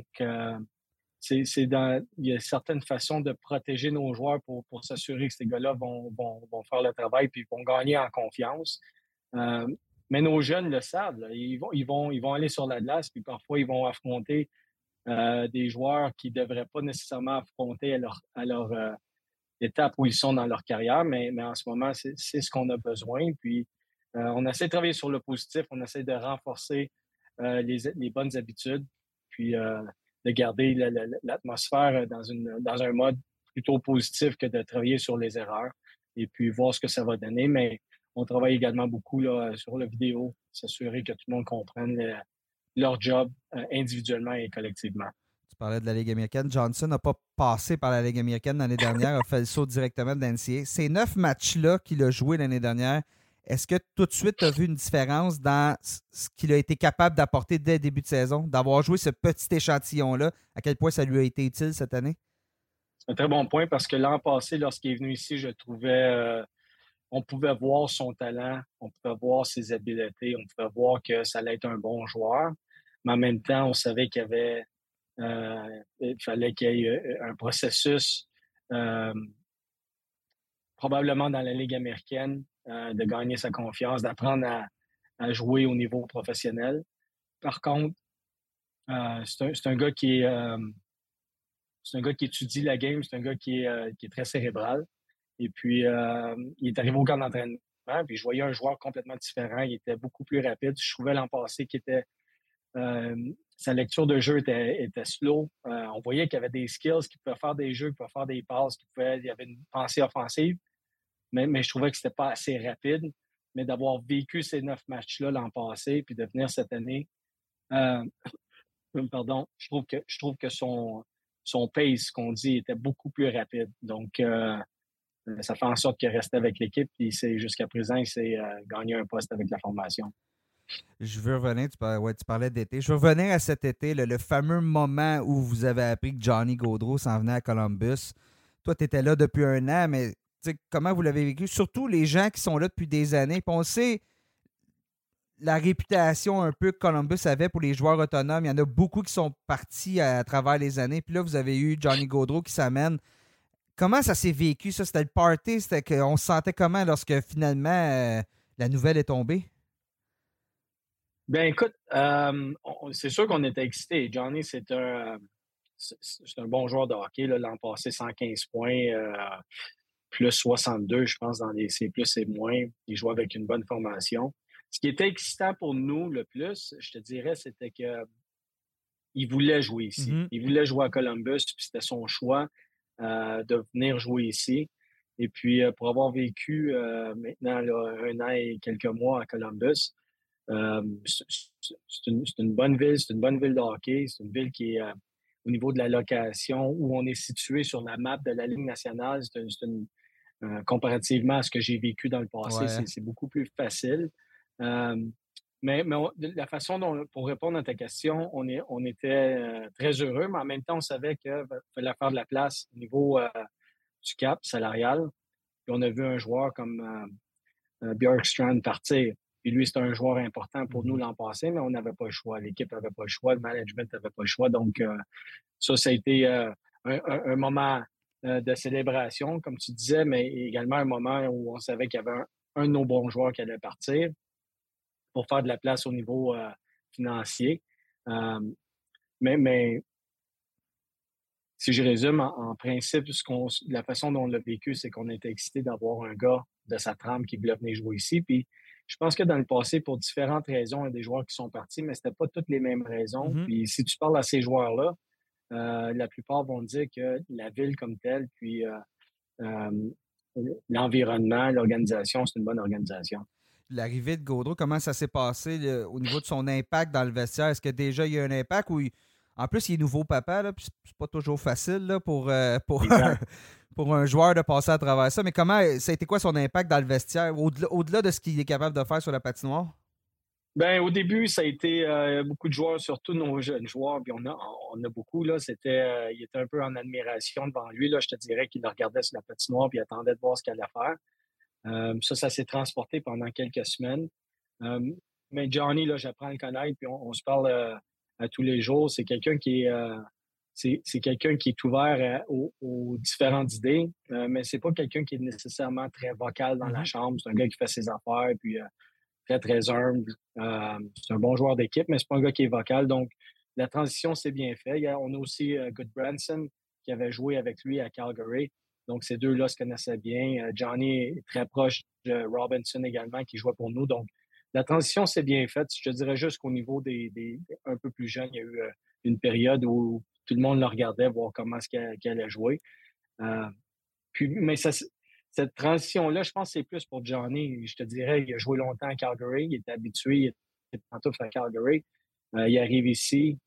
il y a certaines façons de protéger nos joueurs pour s'assurer que ces gars-là vont faire le travail puis vont gagner en confiance. Euh, mais nos jeunes le savent. Là. Ils vont aller sur la glace, puis parfois, ils vont affronter des joueurs qui ne devraient pas nécessairement affronter à leur étape où ils sont dans leur carrière, mais en ce moment, c'est ce qu'on a besoin. Puis, on essaie de travailler sur le positif, on essaie de renforcer les bonnes habitudes, puis de garder l'atmosphère dans un mode plutôt positif que de travailler sur les erreurs et puis voir ce que ça va donner. Mais on travaille également beaucoup là, sur la vidéo, s'assurer que tout le monde comprenne leur job individuellement et collectivement. Tu parlais de la Ligue américaine. Johnson n'a pas passé par la Ligue américaine l'année dernière, a fait le saut directement de l'NCAA. Ces 9 matchs-là qu'il a joué l'année dernière, est-ce que tout de suite tu as vu une différence dans ce qu'il a été capable d'apporter dès le début de saison, d'avoir joué ce petit échantillon-là, à quel point ça lui a été utile cette année? C'est un très bon point parce que l'an passé, lorsqu'il est venu ici, je trouvais on pouvait voir son talent, on pouvait voir ses habiletés, on pouvait voir que ça allait être un bon joueur. Mais en même temps, on savait il fallait qu'il y ait un processus, euh, probablement dans la Ligue américaine, de gagner sa confiance, d'apprendre à jouer au niveau professionnel. Par contre, c'est un gars c'est un gars qui étudie la game, c'est un gars qui est très cérébral. Et puis, il est arrivé au camp d'entraînement, puis je voyais un joueur complètement différent. Il était beaucoup plus rapide. Je trouvais l'an passé euh, sa lecture de jeu était slow. On voyait qu'il y avait des skills, qu'il pouvait faire des jeux, qu'il pouvait faire des passes, il y avait une pensée offensive, mais je trouvais que c'était pas assez rapide. Mais d'avoir vécu ces 9 matchs-là l'an passé, puis de venir cette année, euh, pardon, je trouve que son pace, qu'on dit, était beaucoup plus rapide. Donc, ça fait en sorte qu'il restait avec l'équipe, puis jusqu'à présent, il s'est gagné un poste avec la formation. Je veux revenir, tu parlais d'été. Je veux revenir à cet été, le fameux moment où vous avez appris que Johnny Gaudreau s'en venait à Columbus. Toi, tu étais là depuis un an, mais comment vous l'avez vécu? Surtout les gens qui sont là depuis des années. Puis on sait la réputation un peu que Columbus avait pour les joueurs autonomes. Il y en a beaucoup qui sont partis à travers les années. Puis là, vous avez eu Johnny Gaudreau qui s'amène. Comment ça s'est vécu, ça? C'était le party? On se sentait comment lorsque finalement la nouvelle est tombée? Ben écoute, c'est sûr qu'on était excités. Johnny, c'est un bon joueur de hockey. L'an passé, 115 points, plus 62, je pense, dans les C+, et moins. Il jouait avec une bonne formation. Ce qui était excitant pour nous le plus, je te dirais, c'était que il voulait jouer ici. Mhm. Il voulait jouer à Columbus, puis c'était son choix de venir jouer ici. Et puis, pour avoir vécu maintenant là, un an et quelques mois à Columbus, c'est une bonne ville, c'est une bonne ville de hockey, c'est une ville qui est au niveau de la location, où on est situé sur la map de la Ligue nationale. Comparativement à ce que j'ai vécu dans le passé, Ouais. c'est beaucoup plus facile. Euh, La façon dont, pour répondre à ta question, on était très heureux, mais en même temps, on savait qu'il fallait faire de la place au niveau du cap salarial. Puis on a vu un joueur comme Bjorkstrand partir. Puis lui, c'était un joueur important pour nous l'an passé, mais on n'avait pas le choix. L'équipe n'avait pas le choix, le management n'avait pas le choix. Donc, ça a été un moment de célébration, comme tu disais, mais également un moment où on savait qu'il y avait un de nos bons joueurs qui allait partir pour faire de la place au niveau financier. Mais si je résume, en principe, la façon dont on l'a vécu, c'est qu'on était excités d'avoir un gars de sa trempe qui voulait venir jouer ici. Puis je pense que dans le passé, pour différentes raisons, il y a des joueurs qui sont partis, mais c'était pas toutes les mêmes raisons. Mm-hmm. Puis si tu parles à ces joueurs-là, la plupart vont dire que la ville comme telle, puis l'environnement, l'organisation, c'est une bonne organisation. L'arrivée de Gaudreau, comment ça s'est passé au niveau de son impact dans le vestiaire? Est-ce que déjà il y a un impact ou en plus il est nouveau papa, là, puis c'est pas toujours facile là, pour un joueur de passer à travers ça, mais ça a été quoi son impact dans le vestiaire, au-delà de ce qu'il est capable de faire sur la patinoire? Ben, au début, ça a été beaucoup de joueurs, surtout nos jeunes joueurs, puis on a beaucoup, là, il était un peu en admiration devant lui, là, je te dirais qu'il le regardait sur la patinoire, puis il attendait de voir ce qu'il allait faire. Ça s'est transporté pendant quelques semaines. Mais Johnny, là, j'apprends à le connaître, puis on se parle à tous les jours. C'est quelqu'un qui est c'est quelqu'un qui est ouvert aux différentes idées, mais c'est pas quelqu'un qui est nécessairement très vocal dans la chambre. C'est un gars qui fait ses affaires, puis très, très humble. C'est un bon joueur d'équipe, mais c'est pas un gars qui est vocal. Donc, la transition s'est bien faite. On a aussi Goodbranson qui avait joué avec lui à Calgary. Donc, ces deux-là se connaissaient bien. Johnny est très proche de Robinson également, qui jouait pour nous. Donc, la transition s'est bien faite. Je te dirais juste qu'au niveau des un peu plus jeunes, il y a eu une période où tout le monde le regardait, voir comment est-ce qu'il allait jouer. Mais cette transition-là, je pense que c'est plus pour Johnny. Je te dirais, il a joué longtemps à Calgary, il était habitué, il était pantoufle à Calgary. Il arrive ici.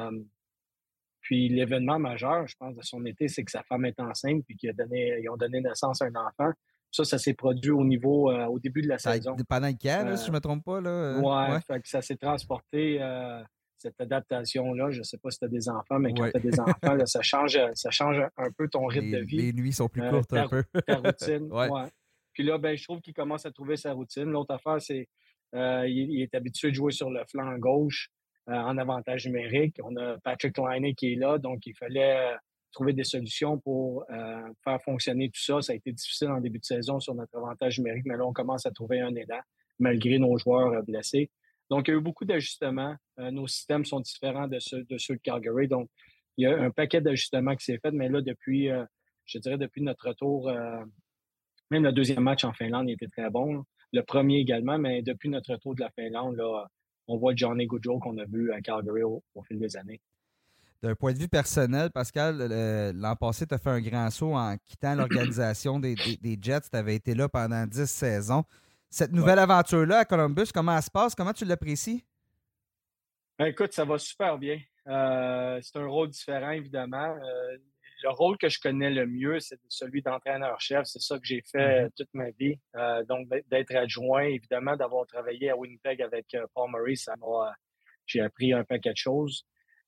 Puis l'événement majeur, je pense, de son été, c'est que sa femme est enceinte puis ils ont donné naissance à un enfant. Ça s'est produit au début de la saison. Pendant le camp, si je ne me trompe pas. Ouais. Fait que ça s'est transporté, cette adaptation-là. Je ne sais pas si tu as des enfants, mais quand tu as des enfants, là, ça change un peu ton rythme de vie. Les nuits sont plus courtes un peu. Ta routine, ouais. Puis là, je trouve qu'il commence à trouver sa routine. L'autre affaire, c'est il est habitué de jouer sur le flanc gauche en avantage numérique. On a Patrick Laine qui est là, donc il fallait trouver des solutions pour faire fonctionner tout ça. Ça a été difficile en début de saison sur notre avantage numérique, mais là, on commence à trouver un élan malgré nos joueurs blessés. Donc, il y a eu beaucoup d'ajustements. Nos systèmes sont différents de ceux de Calgary. Donc, il y a un paquet d'ajustements qui s'est fait, mais là, depuis notre retour, même le deuxième match en Finlande, il était très bon. Là. Le premier également, mais depuis notre retour de la Finlande, là, on voit Johnny Gaudreau qu'on a vu à Calgary au fil des années. D'un point de vue personnel, Pascal, l'an passé, tu as fait un grand saut en quittant l'organisation des Jets. Tu avais été là pendant 10 saisons. Cette nouvelle aventure-là à Columbus, comment elle se passe? Comment tu l'apprécies? Écoute, ça va super bien. C'est un rôle différent, évidemment. Le rôle que je connais le mieux, c'est celui d'entraîneur-chef. C'est ça que j'ai fait toute ma vie. Donc, d'être adjoint, évidemment, d'avoir travaillé à Winnipeg avec Paul Murray, j'ai appris un paquet de choses.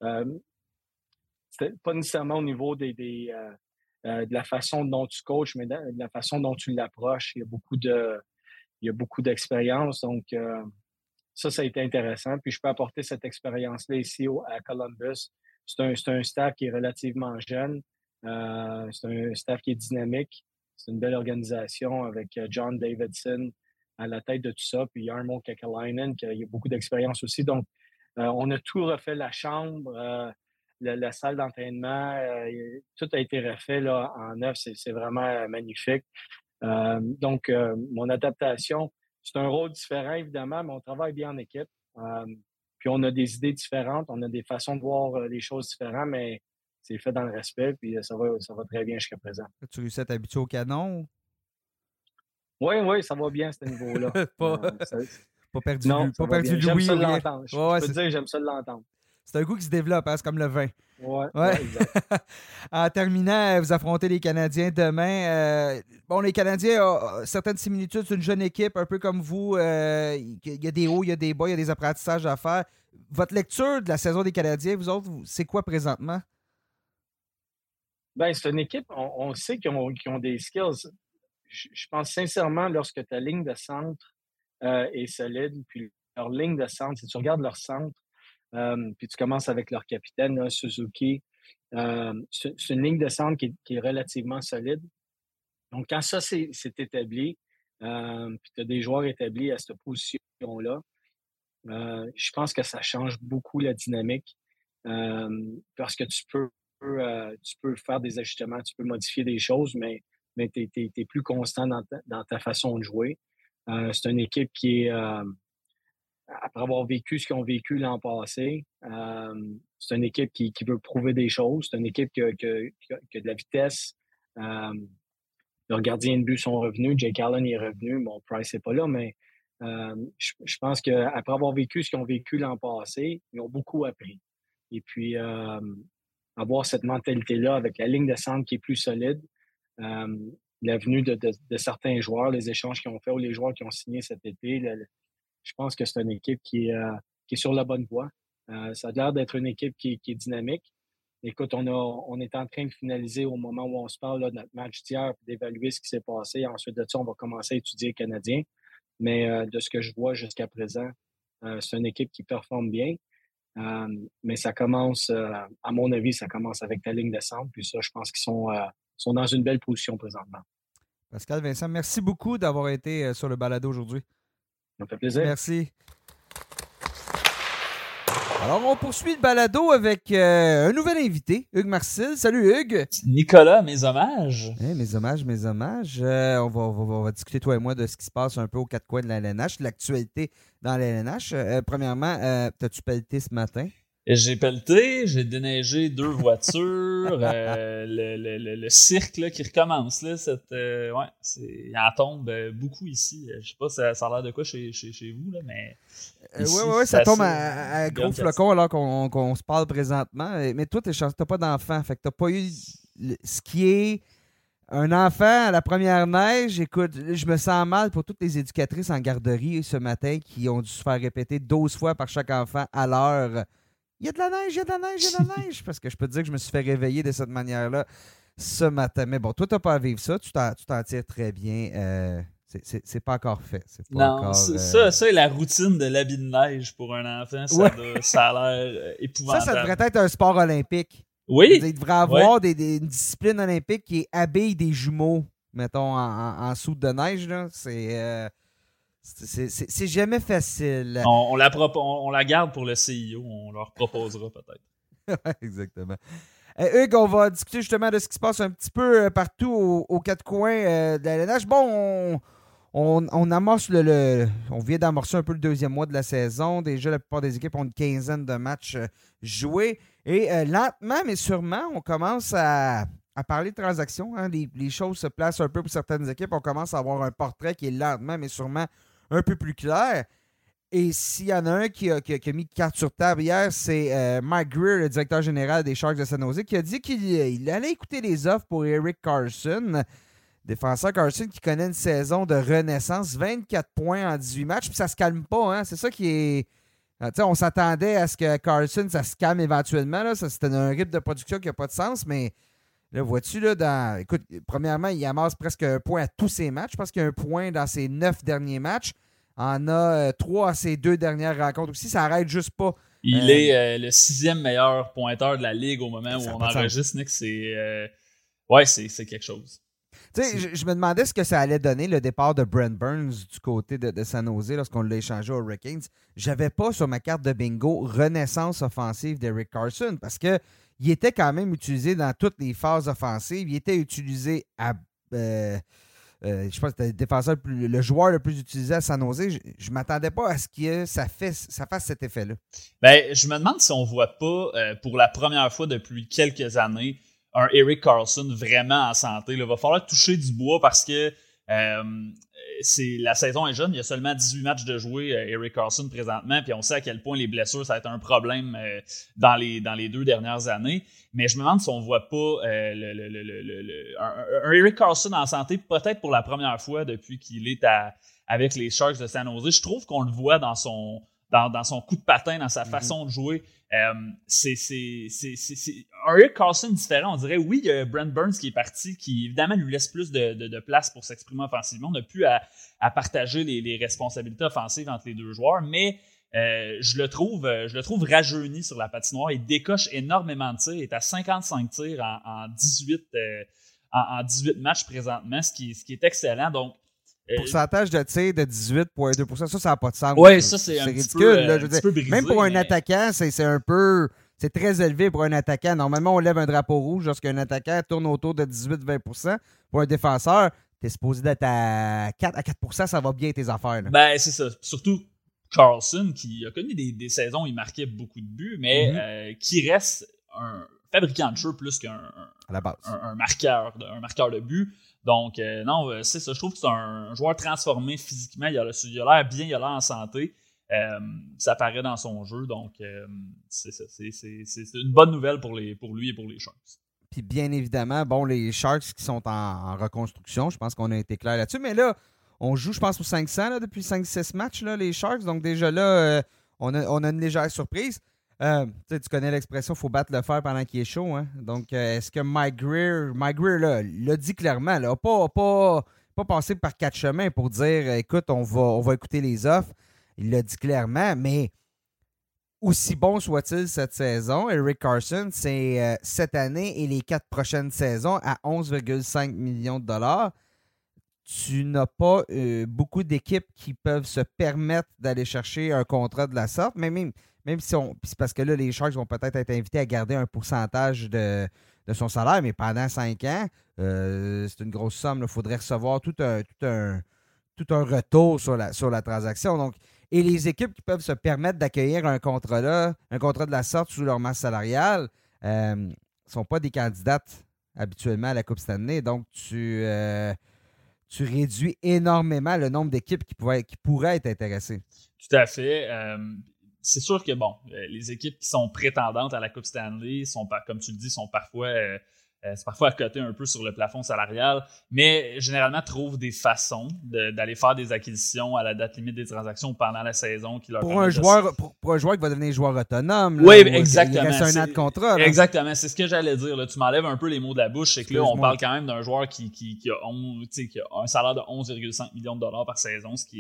C'était pas nécessairement au niveau de la façon dont tu coaches, mais de la façon dont tu l'approches. Il y a beaucoup d'expérience. Donc, ça a été intéressant. Puis, je peux apporter cette expérience-là ici à Columbus. C'est un staff qui est relativement jeune. C'est un staff qui est dynamique. C'est une belle organisation avec John Davidson à la tête de tout ça. Puis Jarmo Kekalainen, qui a beaucoup d'expérience aussi. Donc, on a tout refait, la chambre, la salle d'entraînement. Tout a été refait là, en neuf. C'est vraiment magnifique. Donc, mon adaptation, c'est un rôle différent, évidemment, mais on travaille bien en équipe. Puis on a des idées différentes, on a des façons de voir les choses différentes, mais c'est fait dans le respect, puis ça va très bien jusqu'à présent. Tu réussis à t'habituer au canon? Oui, ça va bien à ce niveau-là. pas perdu non, pas perdu j'aime Louis. ça de l'entendre. Je peux te dire, j'aime ça de l'entendre. C'est un goût qui se développe, hein? C'est comme le vin. Ouais, exact. En terminant, vous affrontez les Canadiens demain. Bon, les Canadiens ont certaines similitudes. C'est une jeune équipe, un peu comme vous. Il y a des hauts, il y a des bas, il y a des apprentissages à faire. Votre lecture de la saison des Canadiens, vous autres, c'est quoi présentement? Ben, c'est une équipe, on sait qu'ils ont des skills. Je pense sincèrement, lorsque ta ligne de centre est solide, puis leur ligne de centre, si tu regardes leur centre, puis tu commences avec leur capitaine, là, Suzuki, c'est une ligne de centre qui est relativement solide. Donc, quand ça c'est établi, puis tu as des joueurs établis à cette position-là, je pense que ça change beaucoup la dynamique parce que tu peux faire des ajustements, tu peux modifier des choses, mais tu es plus constant dans ta façon de jouer. C'est une équipe qui est, après avoir vécu ce qu'ils ont vécu l'an passé, c'est une équipe qui veut prouver des choses. C'est une équipe qui a de la vitesse. Leurs gardiens de but sont revenus. Jake Allen est revenu. Bon, Price n'est pas là, mais je pense qu'après avoir vécu ce qu'ils ont vécu l'an passé, ils ont beaucoup appris. Et puis, avoir cette mentalité-là avec la ligne de centre qui est plus solide, la venue de certains joueurs, les échanges qu'ils ont fait ou les joueurs qui ont signé cet été, je pense que c'est une équipe qui est sur la bonne voie. Ça a l'air d'être une équipe qui est dynamique. Écoute, on est en train de finaliser au moment où on se parle là, notre match d'hier, puis d'évaluer ce qui s'est passé. Ensuite de ça, on va commencer à étudier les Canadiens. Mais de ce que je vois jusqu'à présent, c'est une équipe qui performe bien. Mais ça commence, à mon avis, ça commence avec ta ligne de centre. Puis ça, je pense qu'ils sont dans une belle position présentement. Pascal Vincent, merci beaucoup d'avoir été sur le balado aujourd'hui. Ça me fait plaisir. Merci. Alors, on poursuit le balado avec un nouvel invité, Hugues Marcil. Salut, Hugues. Nicolas, mes hommages. Mes hommages. On va discuter, toi et moi, de ce qui se passe un peu aux quatre coins de la LNH, de l'actualité dans la LNH. Premièrement, t'as-tu pelleté ce matin? J'ai pelleté, j'ai déneigé 2 voitures, le cirque là, qui recommence. Là, il en tombe beaucoup ici. Je sais pas, ça a l'air de quoi chez vous, là, mais. Oui, ça tombe à gros flocons alors qu'on se parle présentement. Mais toi, t'as pas d'enfant, fait que t'as pas eu ce qui est un enfant à la première neige. Écoute, je me sens mal pour toutes les éducatrices en garderie ce matin qui ont dû se faire répéter 12 fois par chaque enfant à l'heure. Il y a de la neige, il y a de la neige, il y a de la neige. Parce que je peux te dire que je me suis fait réveiller de cette manière-là ce matin. Mais bon, toi, tu n'as pas à vivre ça. Tu t'en tires très bien. C'est pas encore fait. Ça est la routine de l'habit de neige pour un enfant. Ça a l'air épouvantable. Ça devrait être un sport olympique. Oui. Il devrait avoir une discipline olympique qui est habille des jumeaux, mettons, en soude de neige. Là. C'est jamais facile. On la garde pour le CIO. On leur proposera peut-être. Exactement. Hugues, on va discuter justement de ce qui se passe un petit peu partout aux quatre coins de la LNH. Bon, on amorce on vient d'amorcer un peu le deuxième mois de la saison. Déjà, la plupart des équipes ont une quinzaine de matchs joués. Et lentement, mais sûrement, on commence à parler de transactions. Hein. Les choses se placent un peu pour certaines équipes. On commence à avoir un portrait qui est lentement, mais sûrement un peu plus clair. Et s'il y en a un qui a mis carte sur table hier, c'est Mike Greer, le directeur général des Sharks de San Jose, qui a dit qu'il allait écouter les offres pour Erik Karlsson, défenseur Karlsson qui connaît une saison de renaissance, 24 points en 18 matchs, puis ça se calme pas. Hein? C'est ça qui est... on s'attendait à ce que Karlsson, ça se calme éventuellement. Là. Ça, c'était un rythme de production qui n'a pas de sens, mais là, vois-tu, là, écoute, premièrement, il amasse presque un point à tous ses matchs. Je pense qu'il y a un point dans ses 9 derniers matchs. En a 3 à ses 2 dernières rencontres aussi. Ça n'arrête juste pas. Il est le 6e meilleur pointeur de la Ligue au moment où on enregistre, Nick. C'est quelque chose. Tu sais, je me demandais ce que ça allait donner le départ de Brent Burns du côté de San Jose lorsqu'on l'a échangé aux Hurricanes. J'avais pas sur ma carte de bingo renaissance offensive d'Erik Karlsson parce qu'il était quand même utilisé dans toutes les phases offensives. Il était utilisé à... je pense que c'était le joueur le plus utilisé à San Jose. Je ne m'attendais pas à ce que ça fasse cet effet-là. Ben, je me demande si on ne voit pas, pour la première fois depuis quelques années, un Erik Karlsson vraiment en santé. Il va falloir toucher du bois parce que La saison est jeune, il y a seulement 18 matchs de jouer, Erik Karlsson présentement, puis on sait à quel point les blessures, ça a été un problème dans les 2 dernières années. Mais je me demande si on ne voit pas un Erik Karlsson en santé, peut-être pour la première fois depuis qu'il est avec les Sharks de San Jose. Je trouve qu'on le voit dans son coup de patin, dans sa façon de jouer. C'est un Erik Karlsson différent. On dirait, oui, il y a Brent Burns qui est parti, qui évidemment lui laisse plus de place pour s'exprimer offensivement. On n'a plus à partager les responsabilités offensives entre les deux joueurs, mais je le trouve rajeuni sur la patinoire. Il décoche énormément de tirs. Il est à 55 tirs en 18 matchs présentement, ce qui est excellent. Donc, pourcentage de tir de 18,2%, ça n'a pas de sens. Oui, ça, c'est ridicule. Un petit peu brisé, même pour un attaquant, c'est c'est très élevé pour un attaquant. Normalement, on lève un drapeau rouge lorsqu'un attaquant tourne autour de 18-20%. Pour un défenseur, tu es supposé d'être à 4%, ça va bien tes affaires. Là. Ben, c'est ça. Surtout Karlsson, qui a connu des saisons où il marquait beaucoup de buts, mais qui reste un fabricant de jeu plus qu'un marqueur de but. Donc, non, c'est ça. Je trouve que c'est un joueur transformé physiquement. Il a l'air bien, il a l'air en santé. Ça paraît dans son jeu. Donc, c'est ça. C'est une bonne nouvelle pour lui et pour les Sharks. Puis, bien évidemment, les Sharks qui sont en reconstruction, je pense qu'on a été clair là-dessus. Mais là, on joue, je pense, pour 500 là, depuis 5-6 matchs, là, les Sharks. Donc, déjà là, on a une légère surprise. Tu connais l'expression « faut battre le fer pendant qu'il est chaud hein? ». Donc, est-ce que Mike Grier l'a dit clairement, là, pas passé par 4 chemins pour dire « écoute, on va écouter les offres ». Il l'a dit clairement, mais aussi bon soit-il cette saison, Erik Karlsson, c'est cette année et les 4 prochaines saisons à 11,5 millions de dollars. Tu n'as pas beaucoup d'équipes qui peuvent se permettre d'aller chercher un contrat de la sorte, mais même si c'est parce que là, les Sharks vont peut-être être invités à garder un pourcentage de son salaire, mais pendant 5 ans, c'est une grosse somme. Il faudrait recevoir tout un retour sur la transaction. Donc, et les équipes qui peuvent se permettre d'accueillir un contrat de la sorte sous leur masse salariale, ne sont pas des candidates habituellement à la Coupe Stanley. Donc, tu réduis énormément le nombre d'équipes qui pourraient être intéressées. Tout à fait. C'est sûr que, les équipes qui sont prétendantes à la Coupe Stanley comme tu le dis, sont parfois à côté un peu sur le plafond salarial, mais généralement trouvent des façons d'aller faire des acquisitions à la date limite des transactions pendant la saison. Pour un joueur qui va devenir joueur autonome. Oui, exactement. Il reste un an de contrat. Là. Exactement, c'est ce que j'allais dire. Là. Tu m'enlèves un peu les mots de la bouche. C'est que là, on parle quand même d'un joueur qui a un salaire de 11,5 millions de dollars par saison, ce qui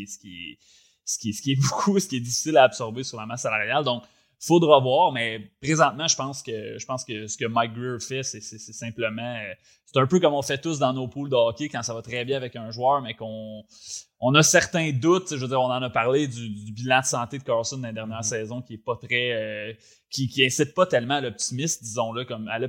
est beaucoup, ce qui est difficile à absorber sur la masse salariale. Donc, il faudra voir, mais présentement, je pense que ce que Mike Grier fait, c'est simplement... c'est un peu comme on fait tous dans nos poules de hockey quand ça va très bien avec un joueur, mais qu'on a certains doutes. Je veux dire, on en a parlé du bilan de santé de Karlsson dans la dernière saison qui est pas très... qui incite pas tellement à l'optimisme, disons-le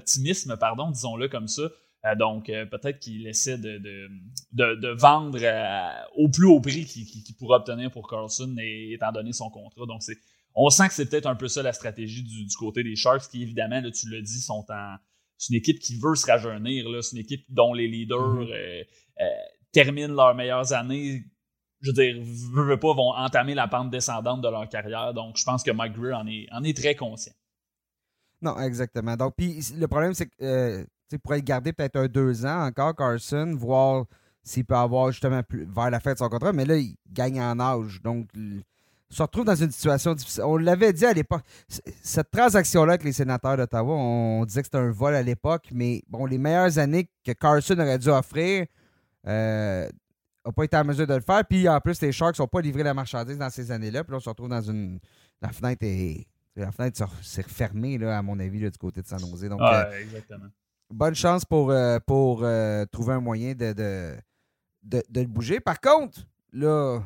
comme ça. Donc, peut-être qu'il essaie de vendre au plus haut prix qu'il pourra obtenir pour Karlsson étant donné son contrat. Donc, on sent que c'est peut-être un peu ça la stratégie du côté des Sharks qui, évidemment, là, tu l'as dit, c'est une équipe qui veut se rajeunir. Là. C'est une équipe dont les leaders terminent leurs meilleures années. Je veux dire, veut pas, vont entamer la pente descendante de leur carrière. Donc, je pense que Mike Grier en est très conscient. Non, exactement. Donc, puis le problème, c'est que tu pourrais le garder peut-être 2 ans encore, Karlsson, voir s'il peut avoir justement vers la fin de son contrat. Mais là, il gagne en âge. Donc, se retrouve dans une situation difficile. On l'avait dit à l'époque, cette transaction-là avec les Sénateurs d'Ottawa, on disait que c'était un vol à l'époque, mais les meilleures années que Karlsson aurait dû offrir n'a pas été en mesure de le faire. Puis en plus, les Sharks n'ont pas livré la marchandise dans ces années-là. Puis là, on se retrouve dans la fenêtre s'est refermée, là, à mon avis, là, du côté de San Jose. Donc, exactement. Bonne chance pour trouver un moyen de le bouger. Par contre, là...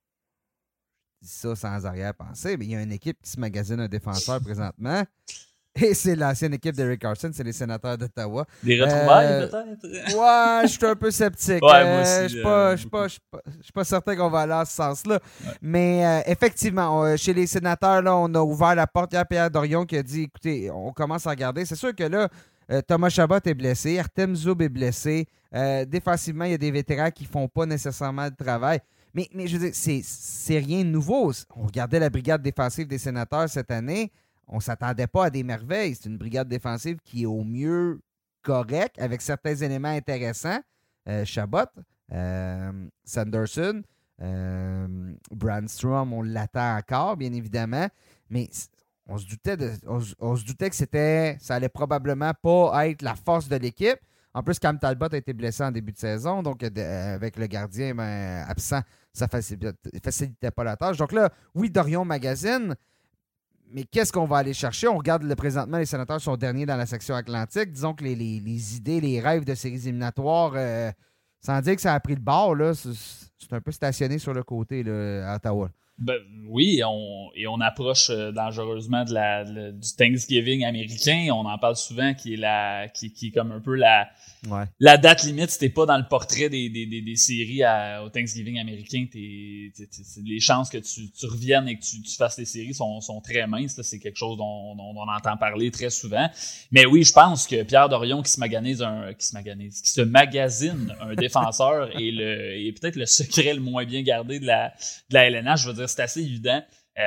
ça sans arrière-pensée, mais il y a une équipe qui se magasine un défenseur présentement. Et c'est l'ancienne équipe d'Erik Karlsson, c'est les Sénateurs d'Ottawa. Des retrouvailles, peut-être? Ouais, je suis un peu sceptique. Ouais, moi aussi. Je suis pas certain qu'on va aller en ce sens-là. Ouais. Mais effectivement, chez les Sénateurs, là, on a ouvert la porte. Il y a Pierre Dorion qui a dit, écoutez, on commence à regarder. C'est sûr que là, Thomas Chabot est blessé. Artem Zub est blessé. Défensivement, il y a des vétérans qui ne font pas nécessairement le travail. Mais je veux dire, c'est rien de nouveau. On regardait la brigade défensive des Sénateurs cette année. On ne s'attendait pas à des merveilles. C'est une brigade défensive qui est au mieux correcte, avec certains éléments intéressants. Chabot, Sanderson, Brandstrom, on l'attend encore, bien évidemment. Mais on se doutait que ça allait probablement pas être la force de l'équipe. En plus, Cam Talbot a été blessé en début de saison, donc avec le gardien absent, ça ne facilitait pas la tâche. Donc là, oui, Dorion magazine, mais qu'est-ce qu'on va aller chercher? On regarde présentement, les Sénateurs sont derniers dans la section Atlantique. Disons que les idées, les rêves de séries éliminatoires, sans dire que ça a pris le bord, là, c'est un peu stationné sur le côté là, à Ottawa. Ben, oui, on approche dangereusement du Thanksgiving américain. On en parle souvent, qui est comme un peu la date limite. Si t'es pas dans le portrait des séries au Thanksgiving américain, les chances que tu reviennes et que tu fasses les séries sont très minces. Là. C'est quelque chose dont on entend parler très souvent. Mais oui, je pense que Pierre Dorion qui se magasine un défenseur est peut-être le secret le moins bien gardé de la LNH. Je veux dire, c'est assez évident.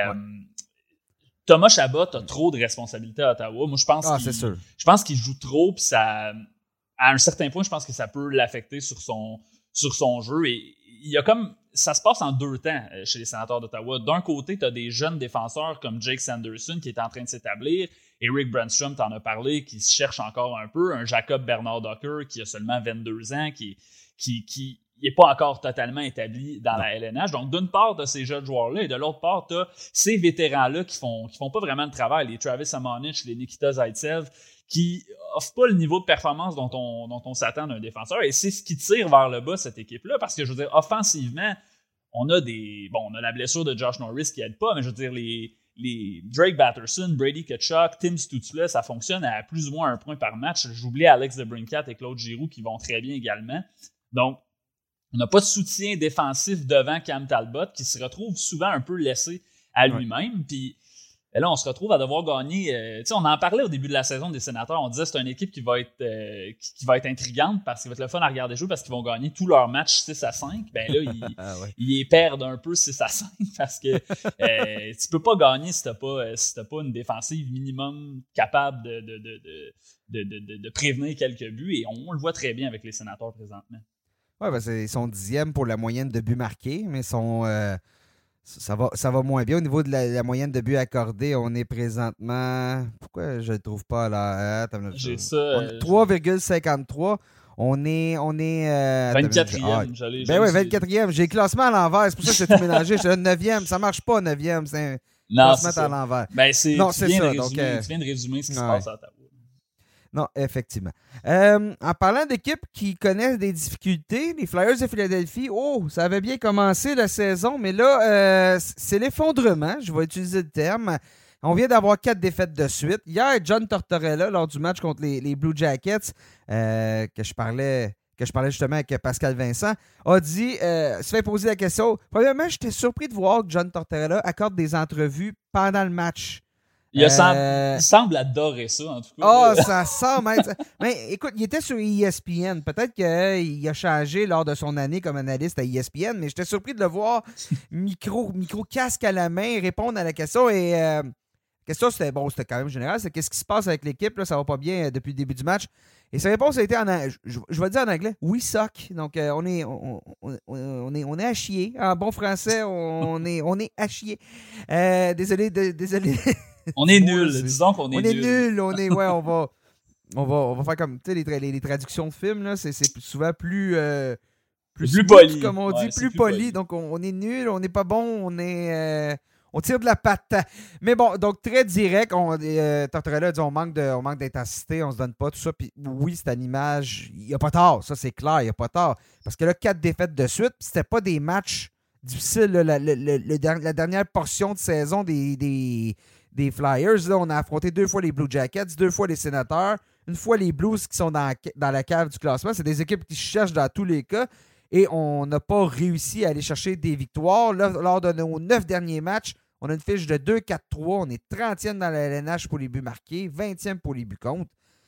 Thomas Chabot a trop de responsabilités à Ottawa. Moi, je pense qu'il joue trop, puis ça, à un certain point, je pense que ça peut l'affecter sur son jeu. Et il y a ça se passe en deux temps chez les Sénateurs d'Ottawa. D'un côté, tu as des jeunes défenseurs comme Jake Sanderson qui est en train de s'établir. Eric Brandstrom, t'en as parlé, qui se cherche encore un peu. Un Jacob Bernard-Docker qui a seulement 22 ans, qui n'est pas encore totalement établi dans la LNH. Donc, d'une part, tu as ces jeunes joueurs-là, et de l'autre part, tu as ces vétérans-là qui font pas vraiment le travail. Les Travis Hamonic, les Nikita Zaitsev, qui offrent pas le niveau de performance dont on s'attend d'un défenseur. Et c'est ce qui tire vers le bas cette équipe-là. Parce que, je veux dire, offensivement, on a la blessure de Josh Norris qui aide pas, mais je veux dire, les Drake Batterson, Brady Tkachuk, Tim Stutzle, ça fonctionne à plus ou moins 1 point par match. J'oublie Alex DeBrincat et Claude Giroux qui vont très bien également. Donc, on n'a pas de soutien défensif devant Cam Talbot qui se retrouve souvent un peu laissé à lui-même. Puis là, on se retrouve à devoir gagner. On en parlait au début de la saison des Sénateurs. On disait que c'est une équipe qui va être intrigante parce qu'il va être le fun à regarder jouer parce qu'ils vont gagner tous leurs matchs 6-5. Ben là, ils perdent un peu 6-5 parce que tu peux pas gagner si t'as pas une défensive minimum capable de prévenir quelques buts. Et on le voit très bien avec les Sénateurs présentement. Oui, ils sont 10e pour la moyenne de buts marqués, mais ça va moins bien. Au niveau de la moyenne de buts accordés, on est présentement... Pourquoi je ne le trouve pas là? J'ai ça. 3,53. On est 24e. 24e. J'ai le classement à l'envers. C'est pour ça que j'ai tout mélangé. J'étais 9e. Ça ne marche pas, 9e. C'est un classement à l'envers. Ben, tu viens de résumer ce qui se passe à Ottawa. Non, effectivement. En parlant d'équipes qui connaissent des difficultés, les Flyers de Philadelphie, ça avait bien commencé la saison, mais là, c'est l'effondrement, je vais utiliser le terme. On vient d'avoir 4 défaites de suite. Hier, John Tortorella, lors du match contre les Blue Jackets, que je parlais justement avec Pascal Vincent, a dit, se fait poser la question. Premièrement, j'étais surpris de voir que John Tortorella accorde des entrevues pendant le match. Il semble adorer ça, en tout cas. Ça semble être... Mais écoute, il était sur ESPN. Peut-être qu'il a changé lors de son année comme analyste à ESPN, mais j'étais surpris de le voir micro casque à la main, répondre à la question. Et la question, c'était quand même général. C'est qu'est-ce qui se passe avec l'équipe? Là, ça va pas bien depuis le début du match. Et sa réponse a été je vais le dire en anglais. We suck. Donc, on est à chier. En bon français, on est à chier. Désolé. On est nul. Disons qu'on est nul. On va faire comme les traductions de films. Là, c'est souvent plus poli. Comme on dit, plus poli. Donc, on est nul. On n'est pas bon. On tire de la patte. Mais bon, donc très direct. Tortorella dit on manque d'intensité, on se donne pas, tout ça. Puis oui, c'est une image. Il n'y a pas tort. Ça, c'est clair. Il n'y a pas tort. Parce que là, 4 défaites de suite, c'était pas des matchs difficiles. Là, la dernière portion de saison des Flyers, là, on a affronté 2 fois les Blue Jackets, 2 fois les Sénateurs, une fois les Blues qui sont dans la cave du classement. C'est des équipes qui cherchent dans tous les cas. Et on n'a pas réussi à aller chercher des victoires. Là, lors de nos 9 derniers matchs, on a une fiche de 2-4-3. On est 30e dans la LNH pour les buts marqués, 20e pour les buts contre.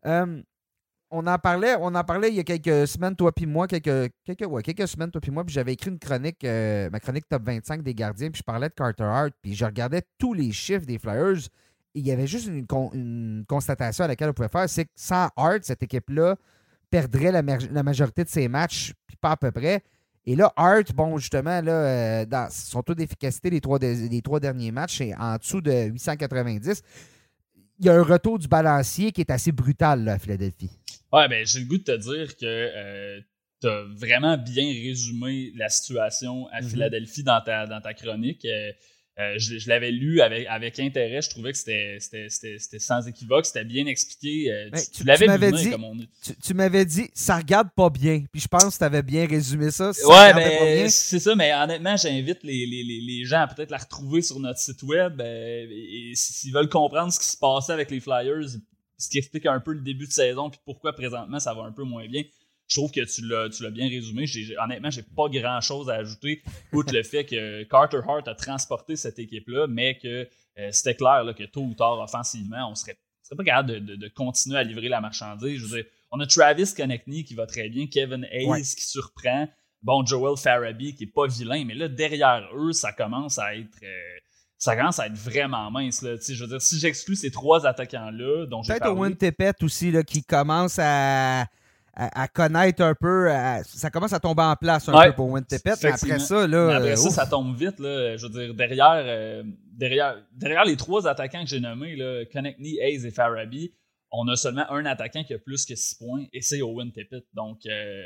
On en parlait il y a quelques semaines, toi puis moi, quelques semaines, toi puis moi, puis j'avais écrit une chronique, ma chronique top 25 des gardiens, puis je parlais de Carter Hart, puis je regardais tous les chiffres des Flyers, et il y avait juste une constatation à laquelle on pouvait faire, c'est que sans Hart, cette équipe-là perdrait la majorité de ses matchs, puis pas à peu près. Et là, Hart, bon, justement, là, dans son taux d'efficacité des trois derniers matchs, c'est en dessous de 890. Il y a un retour du balancier qui est assez brutal là, à Philadelphie. Ouais, ben j'ai le goût de te dire que tu as vraiment bien résumé la situation à Philadelphie dans ta chronique. Je l'avais lu avec intérêt. Je trouvais que c'était sans équivoque. C'était bien expliqué. Tu l'avais deviné, comme on dit. Tu m'avais dit, ça regarde pas bien. Puis je pense que tu avais bien résumé ça. Ouais, ben c'est ça. Mais honnêtement, j'invite les gens à peut-être la retrouver sur notre site web. Et s'ils veulent comprendre ce qui se passait avec les Flyers, ce qui explique un peu le début de saison puis pourquoi présentement ça va un peu moins bien. Je trouve que tu l'as bien résumé. Honnêtement, j'ai pas grand-chose à ajouter, outre le fait que Carter Hart a transporté cette équipe-là, mais que c'était clair là, que tôt ou tard, offensivement, on serait pas capable de continuer à livrer la marchandise. Je veux dire, on a Travis Konechny qui va très bien, Kevin Hayes qui surprend, bon, Joel Farabee qui est pas vilain, mais là, derrière eux, ça commence à être vraiment mince. Là. Je veux dire, si j'exclus ces trois attaquants-là, dont j'ai parlé... Peut-être Owen Tippett aussi, là, qui commence à connaître un peu... ça commence à tomber en place un peu pour Owen Tippett. Mais après ça, là... Après ça tombe vite. Là. Je veux dire, derrière les trois attaquants que j'ai nommés, là, Konechny, Hayes et Farabee, on a seulement un attaquant qui a plus que 6 points, et c'est Owen Tippett. Donc,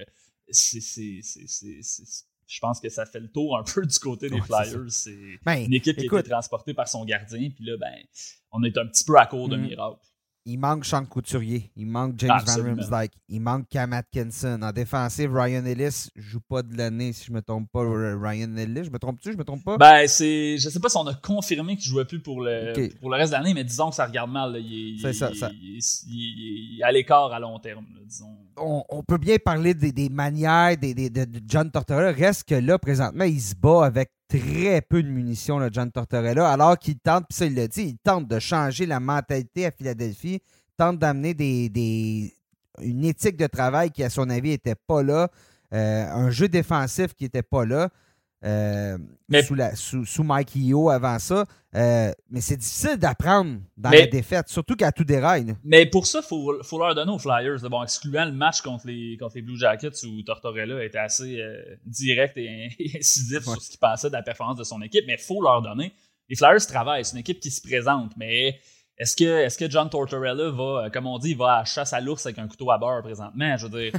je pense que ça fait le tour un peu du côté des Flyers. C'est une équipe qui a été transportée par son gardien. Puis là, on est un petit peu à court de miracle. Il manque Sean Couturier. Il manque James Van Riemsdyk. Il manque Cam Atkinson. En défensive, Ryan Ellis joue pas de l'année, si je me trompe pas. Ryan Ellis, je me trompe-tu? Je me trompe pas? Je sais pas si on a confirmé qu'il jouait plus pour le reste de l'année, mais disons que ça regarde mal. Là. Il est à l'écart à long terme, là, disons. On peut bien parler des manières de John Tortorella. Reste que là, présentement, il se bat avec très peu de munitions, là, John Tortorella, alors qu'il tente, puis ça, il l'a dit, il tente de changer la mentalité à Philadelphie, tente d'amener une éthique de travail qui, à son avis, n'était pas là, un jeu défensif qui n'était pas là, sous Mike Yeo avant ça. Mais c'est difficile d'apprendre dans la défaite, surtout qu'à tout déraille. Là. Mais pour ça, il faut leur donner aux Flyers. Bon, excluant le match contre les Blue Jackets où Tortorella était assez direct et incisif sur ce qu'il pensait de la performance de son équipe, mais il faut leur donner. Les Flyers travaillent, c'est une équipe qui se présente, mais est-ce que John Tortorella va, comme on dit, il va à chasse à l'ours avec un couteau à beurre présentement? Je veux dire,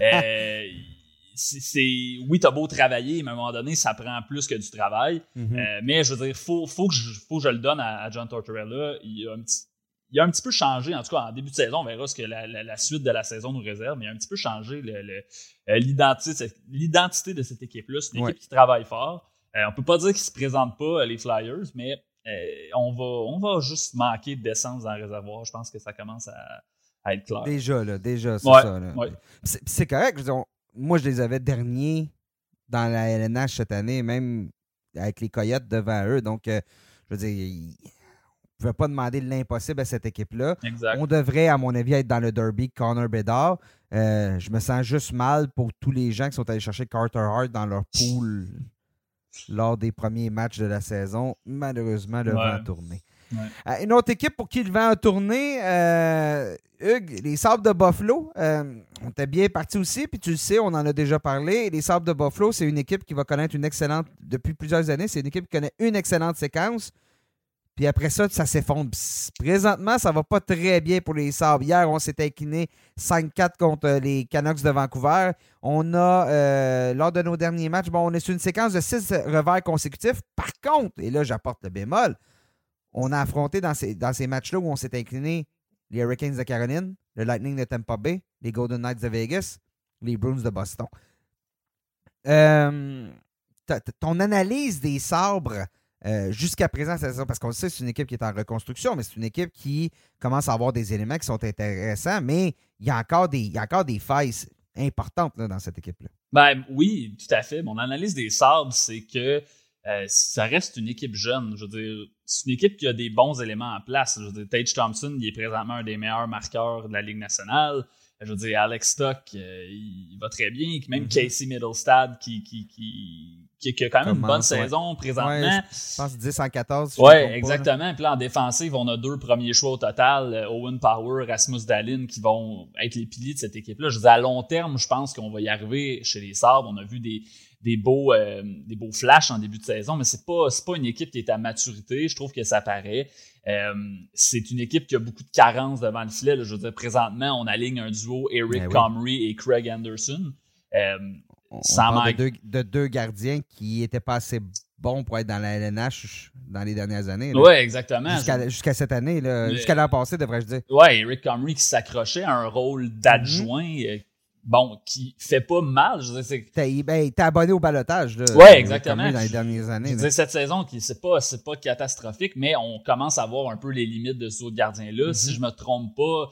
oui, t'as beau travailler, mais à un moment donné, ça prend plus que du travail. Mais je veux dire, faut que je le donne à John Tortorella. Il a un petit peu changé, en tout cas en début de saison, on verra ce que la suite de la saison nous réserve, mais il a un petit peu changé l'identité de cette équipe-là. C'est une équipe qui travaille fort. On peut pas dire qu'ils se présentent pas, les Flyers, mais on va juste manquer d'essence dans le réservoir. Je pense que ça commence à être clair. Déjà, c'est ça. Là. Ouais. C'est correct, je veux dire, moi, je les avais derniers dans la LNH cette année, même avec les Coyotes devant eux. Donc, je veux dire, on ne pouvait pas demander l'impossible à cette équipe-là. Exact. On devrait, à mon avis, être dans le derby Connor Bedard. Je me sens juste mal pour tous les gens qui sont allés chercher Carter Hart dans leur pool lors des premiers matchs de la saison. Malheureusement, le vent a tourné. Ouais. Une autre équipe pour qui le vent a tourné, Hugues, les Sabres de Buffalo, on était bien partis aussi, puis tu le sais, on en a déjà parlé. Les Sabres de Buffalo, c'est une équipe qui va connaître depuis plusieurs années, c'est une équipe qui connaît une excellente séquence, puis après ça s'effondre. Présentement, ça va pas très bien pour les Sabres. Hier, on s'est incliné 5-4 contre les Canucks de Vancouver. On a, lors de nos derniers matchs, on est sur une séquence de 6 revers consécutifs. Par contre, et là, j'apporte le bémol, on a affronté dans ces matchs-là où on s'est incliné les Hurricanes de Caroline, le Lightning de Tampa Bay, les Golden Knights de Vegas, les Bruins de Boston. Ton analyse des Sabres jusqu'à présent, parce qu'on sait que c'est une équipe qui est en reconstruction, mais c'est une équipe qui commence à avoir des éléments qui sont intéressants, mais il y a encore des failles importantes là, dans cette équipe-là. Oui, tout à fait. Mon analyse des Sabres, c'est que ça reste une équipe jeune. Je veux dire, c'est une équipe qui a des bons éléments en place. Je veux dire, Tage Thompson, il est présentement un des meilleurs marqueurs de la Ligue nationale. Je veux dire, Alex Stock, il va très bien. Même Casey Middlestad, qui a quand même une bonne saison présentement. Ouais, je pense 10 en 14. Oui, exactement. Puis là, en défensive, on a 2 premiers choix au total. Owen Power, Rasmus Dahlin, qui vont être les piliers de cette équipe-là. Je veux dire, à long terme, je pense qu'on va y arriver chez les Sabres. On a vu des beaux flashs en début de saison, mais c'est pas une équipe qui est à maturité. Je trouve que ça paraît. C'est une équipe qui a beaucoup de carences devant le filet. Là. Je veux dire, présentement, on aligne un duo Eric Comrie et Craig Anderson. On parle de 2 gardiens qui n'étaient pas assez bons pour être dans la LNH dans les dernières années. Oui, exactement. Jusqu'à cette année, jusqu'à l'an passé, devrais-je dire. Oui, Eric Comrie qui s'accrochait à un rôle d'adjoint. Qui fait pas mal. Je veux dire, il t'a abonné au balotage. Oui, exactement. Dans les dernières années. Je veux dire, cette saison, c'est pas catastrophique, mais on commence à voir un peu les limites de ce autre gardien-là. Si je me trompe pas,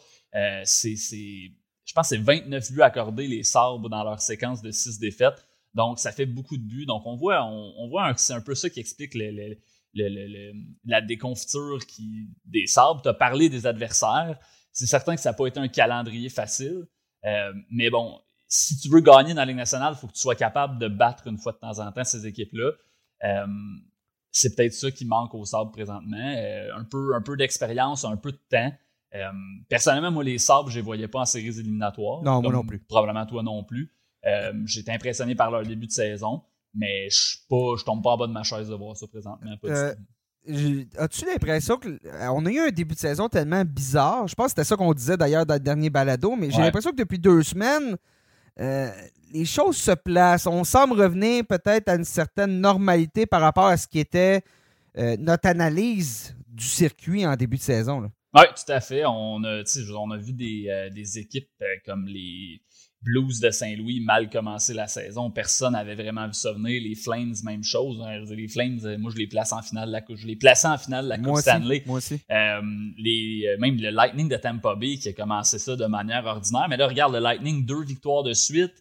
je pense que c'est 29 buts accordés, les Sabres, dans leur séquence de 6 défaites. Donc, ça fait beaucoup de buts. Donc, on voit c'est un peu ça qui explique la déconfiture des Sabres. Tu as parlé des adversaires. C'est certain que ça n'a pas été un calendrier facile. Mais bon, si tu veux gagner dans la Ligue nationale, il faut que tu sois capable de battre une fois de temps en temps ces équipes-là. C'est peut-être ça qui manque aux Sabres présentement. Un peu d'expérience, un peu de temps. Personnellement, moi, les Sabres, je les voyais pas en séries éliminatoires. Non, moi non plus. Probablement toi non plus. J'étais impressionné par leur début de saison, mais je tombe pas en bas de ma chaise de voir ça présentement. Pas du tout. As-tu l'impression qu'on a eu un début de saison tellement bizarre? Je pense que c'était ça qu'on disait d'ailleurs dans le dernier balado, mais j'ai l'impression que depuis 2 semaines, les choses se placent. On semble revenir peut-être à une certaine normalité par rapport à ce qui était notre analyse du circuit en début de saison. Là. Oui, tout à fait. On a vu des équipes comme les Blues de Saint-Louis mal commencer la saison. Personne n'avait vraiment vu ça venir. Les Flames, même chose. Les Flames, moi, je les place en finale de la Coupe. Je les plaçais en finale de la Coupe Stanley. Moi aussi. Même le Lightning de Tampa Bay qui a commencé ça de manière ordinaire. Mais là, regarde, le Lightning, 2 victoires de suite.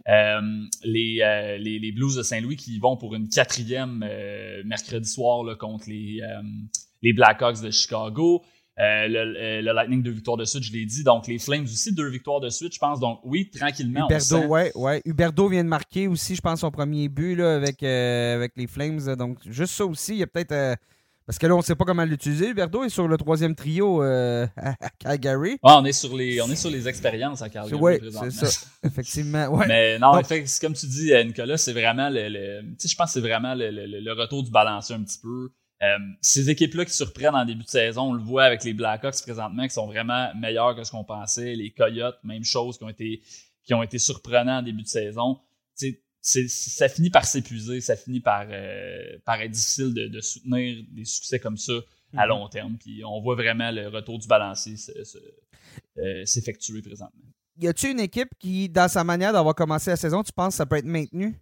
Les Blues de Saint-Louis qui vont pour une 4e mercredi soir là, contre les Blackhawks de Chicago. Le Lightning 2 victoires de suite, je l'ai dit. Donc, les Flames aussi 2 victoires de suite, je pense. Donc, oui, tranquillement, Huberdeau vient de marquer aussi, je pense, son premier but là, avec les Flames. Donc, juste ça aussi, il y a peut-être... parce que là, on ne sait pas comment l'utiliser. Huberdeau est sur le 3e trio à Calgary. On est sur les expériences à Calgary. Oui, c'est ça. Effectivement. Ouais. Mais non, en fait, comme tu dis, Nicolas, c'est vraiment je pense que c'est vraiment le retour du balancier un petit peu. Ces équipes-là qui surprennent en début de saison, on le voit avec les Blackhawks présentement, qui sont vraiment meilleurs que ce qu'on pensait. Les Coyotes, même chose, qui ont été surprenants en début de saison. Ça finit par s'épuiser, ça finit par être difficile de soutenir des succès comme ça à long terme. Puis on voit vraiment le retour du balancier s'effectuer présentement. Y a-t-il une équipe qui, dans sa manière d'avoir commencé la saison, tu penses que ça peut être maintenu?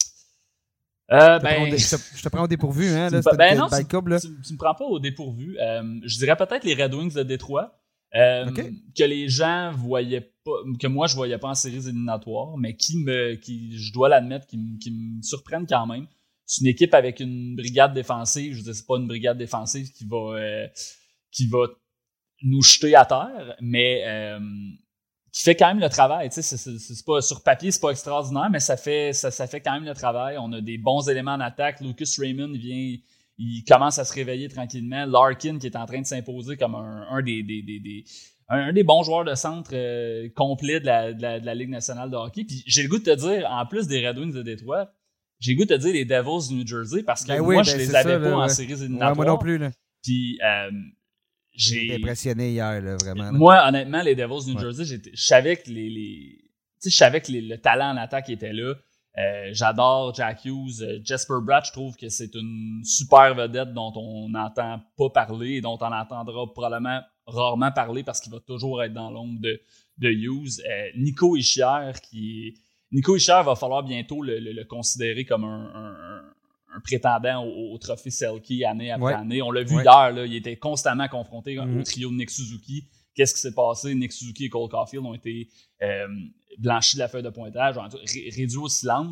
Je te prends au dépourvu, hein? Là, non, tu me prends pas au dépourvu. Je dirais peut-être les Red Wings de Détroit, que les gens voyaient pas, que moi je voyais pas en séries éliminatoires, mais qui je dois l'admettre, qui me surprennent quand même. C'est une équipe avec une brigade défensive. Je veux dire, c'est pas une brigade défensive qui va nous jeter à terre, mais qui fait quand même le travail. Tu sais, c'est pas, sur papier, c'est pas extraordinaire, mais ça fait quand même le travail. On a des bons éléments en attaque. Lucas Raymond il commence à se réveiller tranquillement. Larkin qui est en train de s'imposer comme un des bons joueurs de centre complet de la Ligue nationale de hockey. Puis j'ai le goût de te dire, en plus des Red Wings de Détroit, j'ai le goût de te dire les Devils du New Jersey parce que je les avais pas en séries éliminatoires. Moi non plus. Là. Puis j'ai été impressionné hier, là, vraiment. Là. Moi, honnêtement, les Devils du New Jersey, je savais que je savais que le talent en attaque était là. J'adore Jack Hughes. Jesper Bratt, je trouve que c'est une super vedette dont on n'entend pas parler et dont on entendra probablement rarement parler parce qu'il va toujours être dans l'ombre de Hughes. Nico Hischier, va falloir bientôt le considérer comme un prétendant au trophée Selke année après année. On l'a vu hier, là, il était constamment confronté au trio de Nick Suzuki. Qu'est-ce qui s'est passé? Nick Suzuki et Cole Caulfield ont été blanchis de la feuille de pointage, réduits au silence.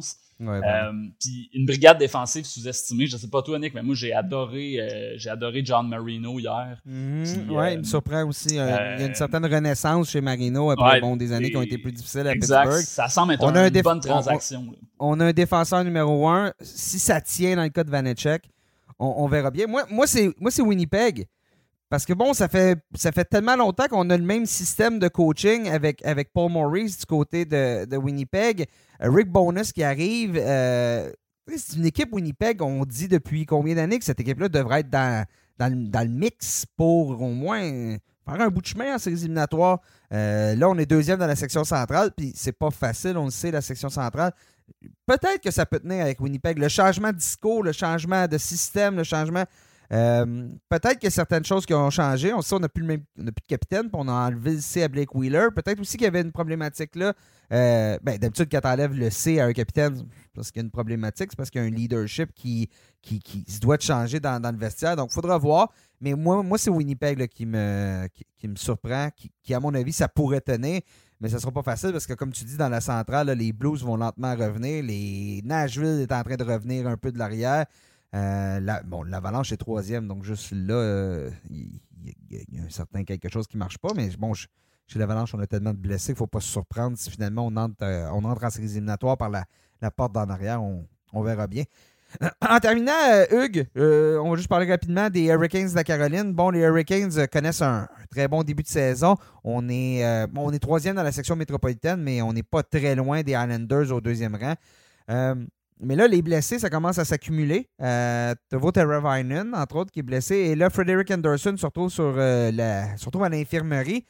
Ouais, vraiment. Puis une brigade défensive sous-estimée. Je sais pas toi, Nick, mais moi, j'ai adoré John Marino hier. Il me surprend aussi. Il y a une certaine renaissance chez Marino après des années qui ont été plus difficiles à Pittsburgh. Ça semble être une bonne transaction. On a un défenseur numéro 1. Si ça tient dans le cas de Vanecek, on verra bien. Moi, c'est Winnipeg. Parce que ça fait tellement longtemps qu'on a le même système de coaching avec Paul Maurice du côté de Winnipeg. Rick Bowness qui arrive. C'est une équipe Winnipeg, on dit depuis combien d'années que cette équipe-là devrait être dans le mix pour au moins faire un bout de chemin en séries éliminatoires. Là, on est deuxième dans la section centrale, puis c'est pas facile, on le sait, la section centrale. Peut-être que ça peut tenir avec Winnipeg. Le changement de discours, le changement de système, le changement... peut-être qu'il y a certaines choses qui ont changé. On sait qu'on n'a plus de capitaine, puis on a enlevé le C à Blake Wheeler. Peut-être aussi qu'il y avait une problématique là. D'habitude, quand tu enlèves le C à un capitaine, parce qu'il y a une problématique, c'est parce qu'il y a un leadership qui se doit de changer dans le vestiaire. Donc, il faudra voir. Mais moi c'est Winnipeg là, qui me surprend, qui, à mon avis, ça pourrait tenir. Mais ça ne sera pas facile parce que, comme tu dis, dans la centrale, là, les Blues vont lentement revenir. Les Nashville est en train de revenir un peu de l'arrière. L'Avalanche est troisième, donc juste là, il y a un certain quelque chose qui ne marche pas. Mais bon, chez l'Avalanche, on a tellement de blessés qu'il ne faut pas se surprendre si finalement on entre en séries éliminatoires par la porte d'en arrière. On verra bien. En terminant, Hugues, on va juste parler rapidement des Hurricanes de la Caroline. Bon, les Hurricanes connaissent un très bon début de saison. On est troisième dans la section métropolitaine, mais on n'est pas très loin des Islanders au deuxième rang. Mais là, les blessés, ça commence à s'accumuler. Teuvo Teravainen, entre autres, qui est blessé. Et là, Frederik Andersen se retrouve se retrouve à l'infirmerie.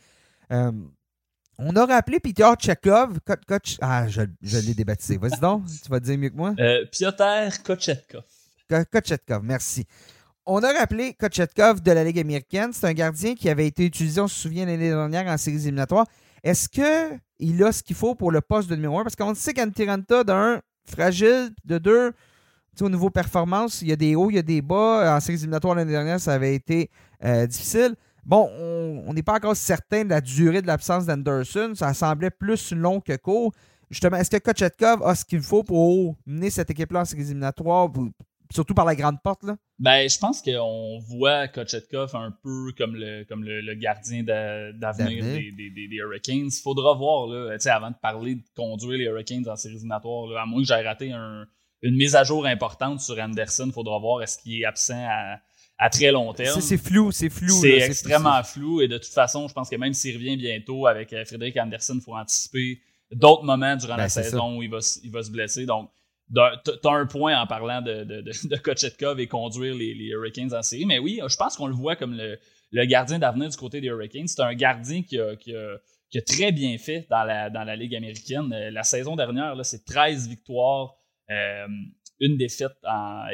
On a rappelé Peter Tchekov. Je l'ai débaptisé. Vas-y donc, tu vas te dire mieux que moi. Piotr Kochetkov. Kochetkov, merci. On a rappelé Kochetkov de la Ligue américaine. C'est un gardien qui avait été utilisé, on se souvient, l'année dernière en séries éliminatoires. Est-ce qu'il a ce qu'il faut pour le poste de numéro 1? Parce qu'on sait qu'Antti Raanta, d'un, fragile, de deux, au niveau performance, il y a des hauts, il y a des bas. En séries éliminatoires l'année dernière, ça avait été difficile. Bon, on n'est pas encore certain de la durée de l'absence d'Anderson. Ça semblait plus long que court. Justement, est-ce que Kochetkov a ce qu'il faut pour mener cette équipe-là en séries éliminatoires, surtout par la grande porte, là? Ben, je pense qu'on voit Kochetkov un peu comme le gardien d'avenir des Hurricanes. Il faudra voir, là, avant de parler de conduire les Hurricanes en séries éliminatoires, là, à moins que j'aie raté une mise à jour importante sur Anderson, il faudra voir est-ce qu'il est absent à très long terme. C'est flou. C'est extrêmement flou. Et de toute façon, je pense que même s'il revient bientôt avec Frederik Andersen, il faut anticiper d'autres moments durant la saison où il va se blesser. Donc, t'as un point en parlant de Kochetkov et conduire les Hurricanes en série. Mais oui, je pense qu'on le voit comme le gardien d'avenir du côté des Hurricanes. C'est un gardien qui a très bien fait dans la Ligue américaine. La saison dernière, là, c'est 13 victoires, une défaite en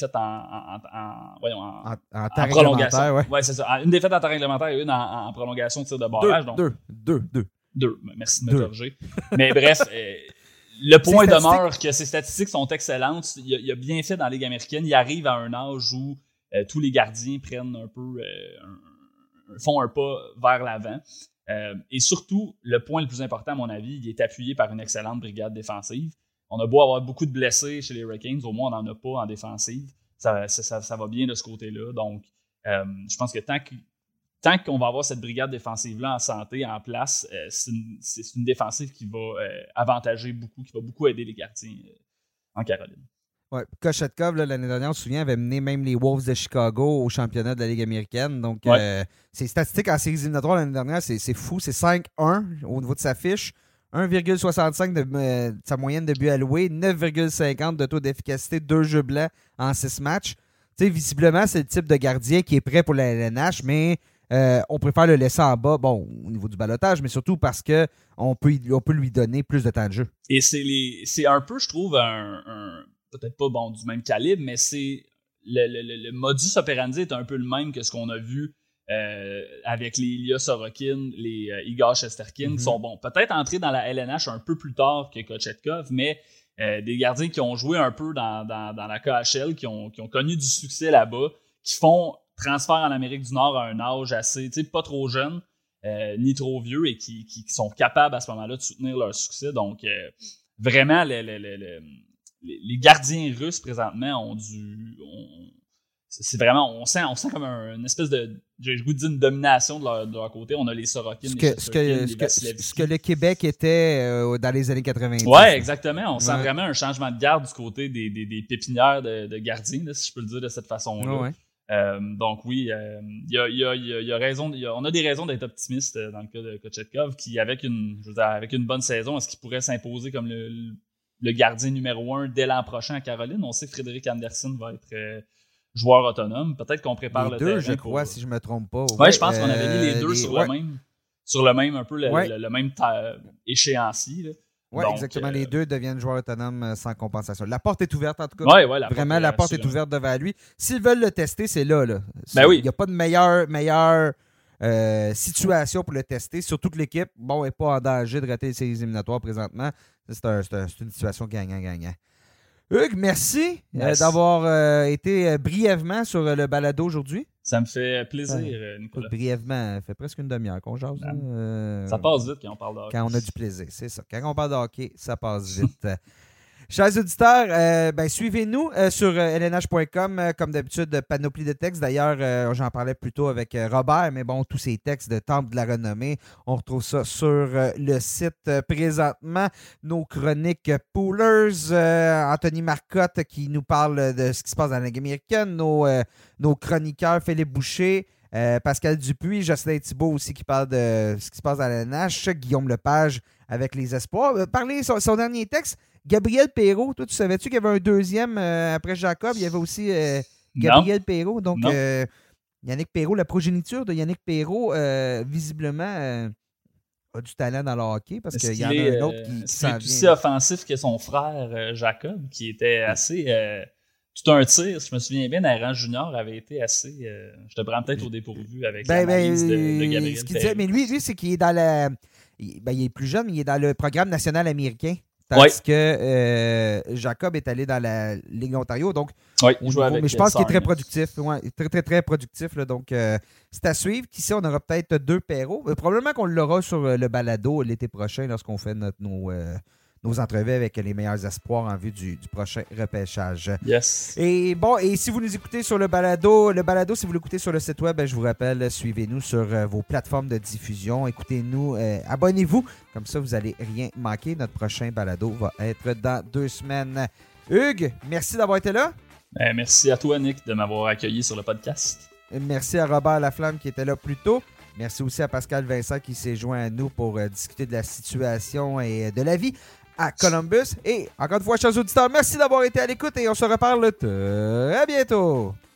prolongation. Ouais, c'est ça. Une défaite en temps réglementaire et une en prolongation de tir de barrage. Deux. Merci de me corriger. Mais bref, le point demeure que ses statistiques sont excellentes. Il a bien fait dans la Ligue américaine. Il arrive à un âge où tous les gardiens prennent un peu font un pas vers l'avant. Et surtout, le point le plus important, à mon avis, il est appuyé par une excellente brigade défensive. On a beau avoir beaucoup de blessés chez les Hurricanes, au moins on n'en a pas en défensive. Ça va bien de ce côté-là. Donc, je pense que tant qu'on va avoir cette brigade défensive-là en santé, en place, c'est une défensive qui va avantager beaucoup, qui va beaucoup aider les gardiens en Caroline. Ouais, Kochetkov, l'année dernière, on se souvient, avait mené même les Wolves de Chicago au championnat de la Ligue américaine. Donc, ses statistiques en séries éliminatoires l'année dernière, c'est fou. C'est 5-1 au niveau de sa fiche. 1,65 de sa moyenne de buts alloués, 9,50 de taux d'efficacité, 2 jeux blancs en 6 matchs. Tu sais, visiblement, c'est le type de gardien qui est prêt pour la LNH, mais on préfère le laisser en bas, bon, au niveau du ballottage, mais surtout parce qu'on peut lui donner plus de temps de jeu. Et c'est un peu, je trouve, un peut-être pas du même calibre, mais c'est le modus operandi est un peu le même que ce qu'on a vu avec les Ilya Sorokin, les Igor Shesterkin, qui sont peut-être entrés dans la LNH un peu plus tard que Kochetkov, mais des gardiens qui ont joué un peu dans la KHL, qui ont connu du succès là-bas, qui font transfert en Amérique du Nord à un âge assez, pas trop jeune, ni trop vieux, et qui sont capables à ce moment-là de soutenir leur succès. Donc, vraiment, les gardiens russes présentement c'est vraiment, on sent comme une espèce de, j'ai le goût de dire une domination de leur côté. On a les Sorokin, ce que le Québec était dans les années 90. Ouais, exactement. On sent vraiment un changement de garde du côté des pépinières de gardiens, là, si je peux le dire de cette façon-là. Ouais. Donc oui, il y a raison, on a des raisons d'être optimiste dans le cas de Kochetkov, qui avec une bonne saison, est-ce qu'il pourrait s'imposer comme le gardien numéro 1 dès l'an prochain à Caroline? On sait que Frédéric Andersen va être joueur autonome. Peut-être qu'on prépare les le deux, terrain. Je crois, si je me trompe pas. Ouais, je pense qu'on avait mis les deux sur le même un peu le même échéancier. Là. Oui, exactement. Les deux deviennent joueurs autonomes sans compensation. La porte est ouverte, en tout cas. Ouais, vraiment, la porte est ouverte devant lui. S'ils veulent le tester, c'est là. Oui. Il n'y a pas de meilleure situation pour le tester. Surtout que l'équipe n'est pas en danger de rater ses éliminatoires présentement. C'est une situation gagnant-gagnant. Hugues, merci. D'avoir été brièvement sur le balado aujourd'hui. Ça me fait plaisir, Nicolas. Brièvement, ça fait presque une demi-heure qu'on jase. Ça passe vite quand on parle de hockey. Quand on a du plaisir, c'est ça. Quand on parle de hockey, ça passe vite. Chers auditeurs, suivez-nous sur lnh.com, comme d'habitude, panoplie de textes. D'ailleurs, j'en parlais plus tôt avec Robert, mais bon, tous ces textes de Temple de la Renommée, on retrouve ça sur le site présentement. Nos chroniques Poolers, Anthony Marcotte qui nous parle de ce qui se passe dans la Ligue américaine, nos chroniqueurs Philippe Boucher, Pascal Dupuis, Jocelyn Thibault aussi qui parle de ce qui se passe dans la LNH, Guillaume Lepage avec les espoirs. Parler son dernier texte, Gabriel Perrault, toi, tu savais-tu qu'il y avait un deuxième après Jacob? Il y avait aussi Gabriel Perrault. Donc, Yannick Perrault, la progéniture de Yannick Perrault, visiblement, a du talent dans le hockey parce qu'il y en a un autre qui s'en vient. Il est aussi offensif que son frère Jacob, qui était assez... tout un tir, si je me souviens bien, Naran Junior avait été assez... je te prends peut-être au dépourvu avec l'analyse de Gabriel Perrault. Mais lui, c'est qu'il est dans la... il est plus jeune, mais il est dans le programme national américain. Tandis que Jacob est allé dans la Ligue Ontario. Donc, il joue avec mais je pense qu'il est très productif. Ouais, très, très, très productif. Là, donc, c'est à suivre. Qu'ici, on aura peut-être 2 Perrault. Probablement qu'on l'aura sur le balado l'été prochain lorsqu'on fait nos entrevues avec les meilleurs espoirs en vue du prochain repêchage. Yes. Et si vous nous écoutez sur le balado, si vous l'écoutez sur le site web, je vous rappelle, suivez-nous sur vos plateformes de diffusion. Écoutez-nous, abonnez-vous. Comme ça, vous n'allez rien manquer. Notre prochain balado va être dans 2 semaines. Hugues, merci d'avoir été là. Merci à toi, Nick, de m'avoir accueilli sur le podcast. Merci à Robert Laflamme qui était là plus tôt. Merci aussi à Pascal Vincent qui s'est joint à nous pour discuter de la situation et de la vie à Columbus. Et encore une fois, chers auditeurs, merci d'avoir été à l'écoute et on se reparle très bientôt.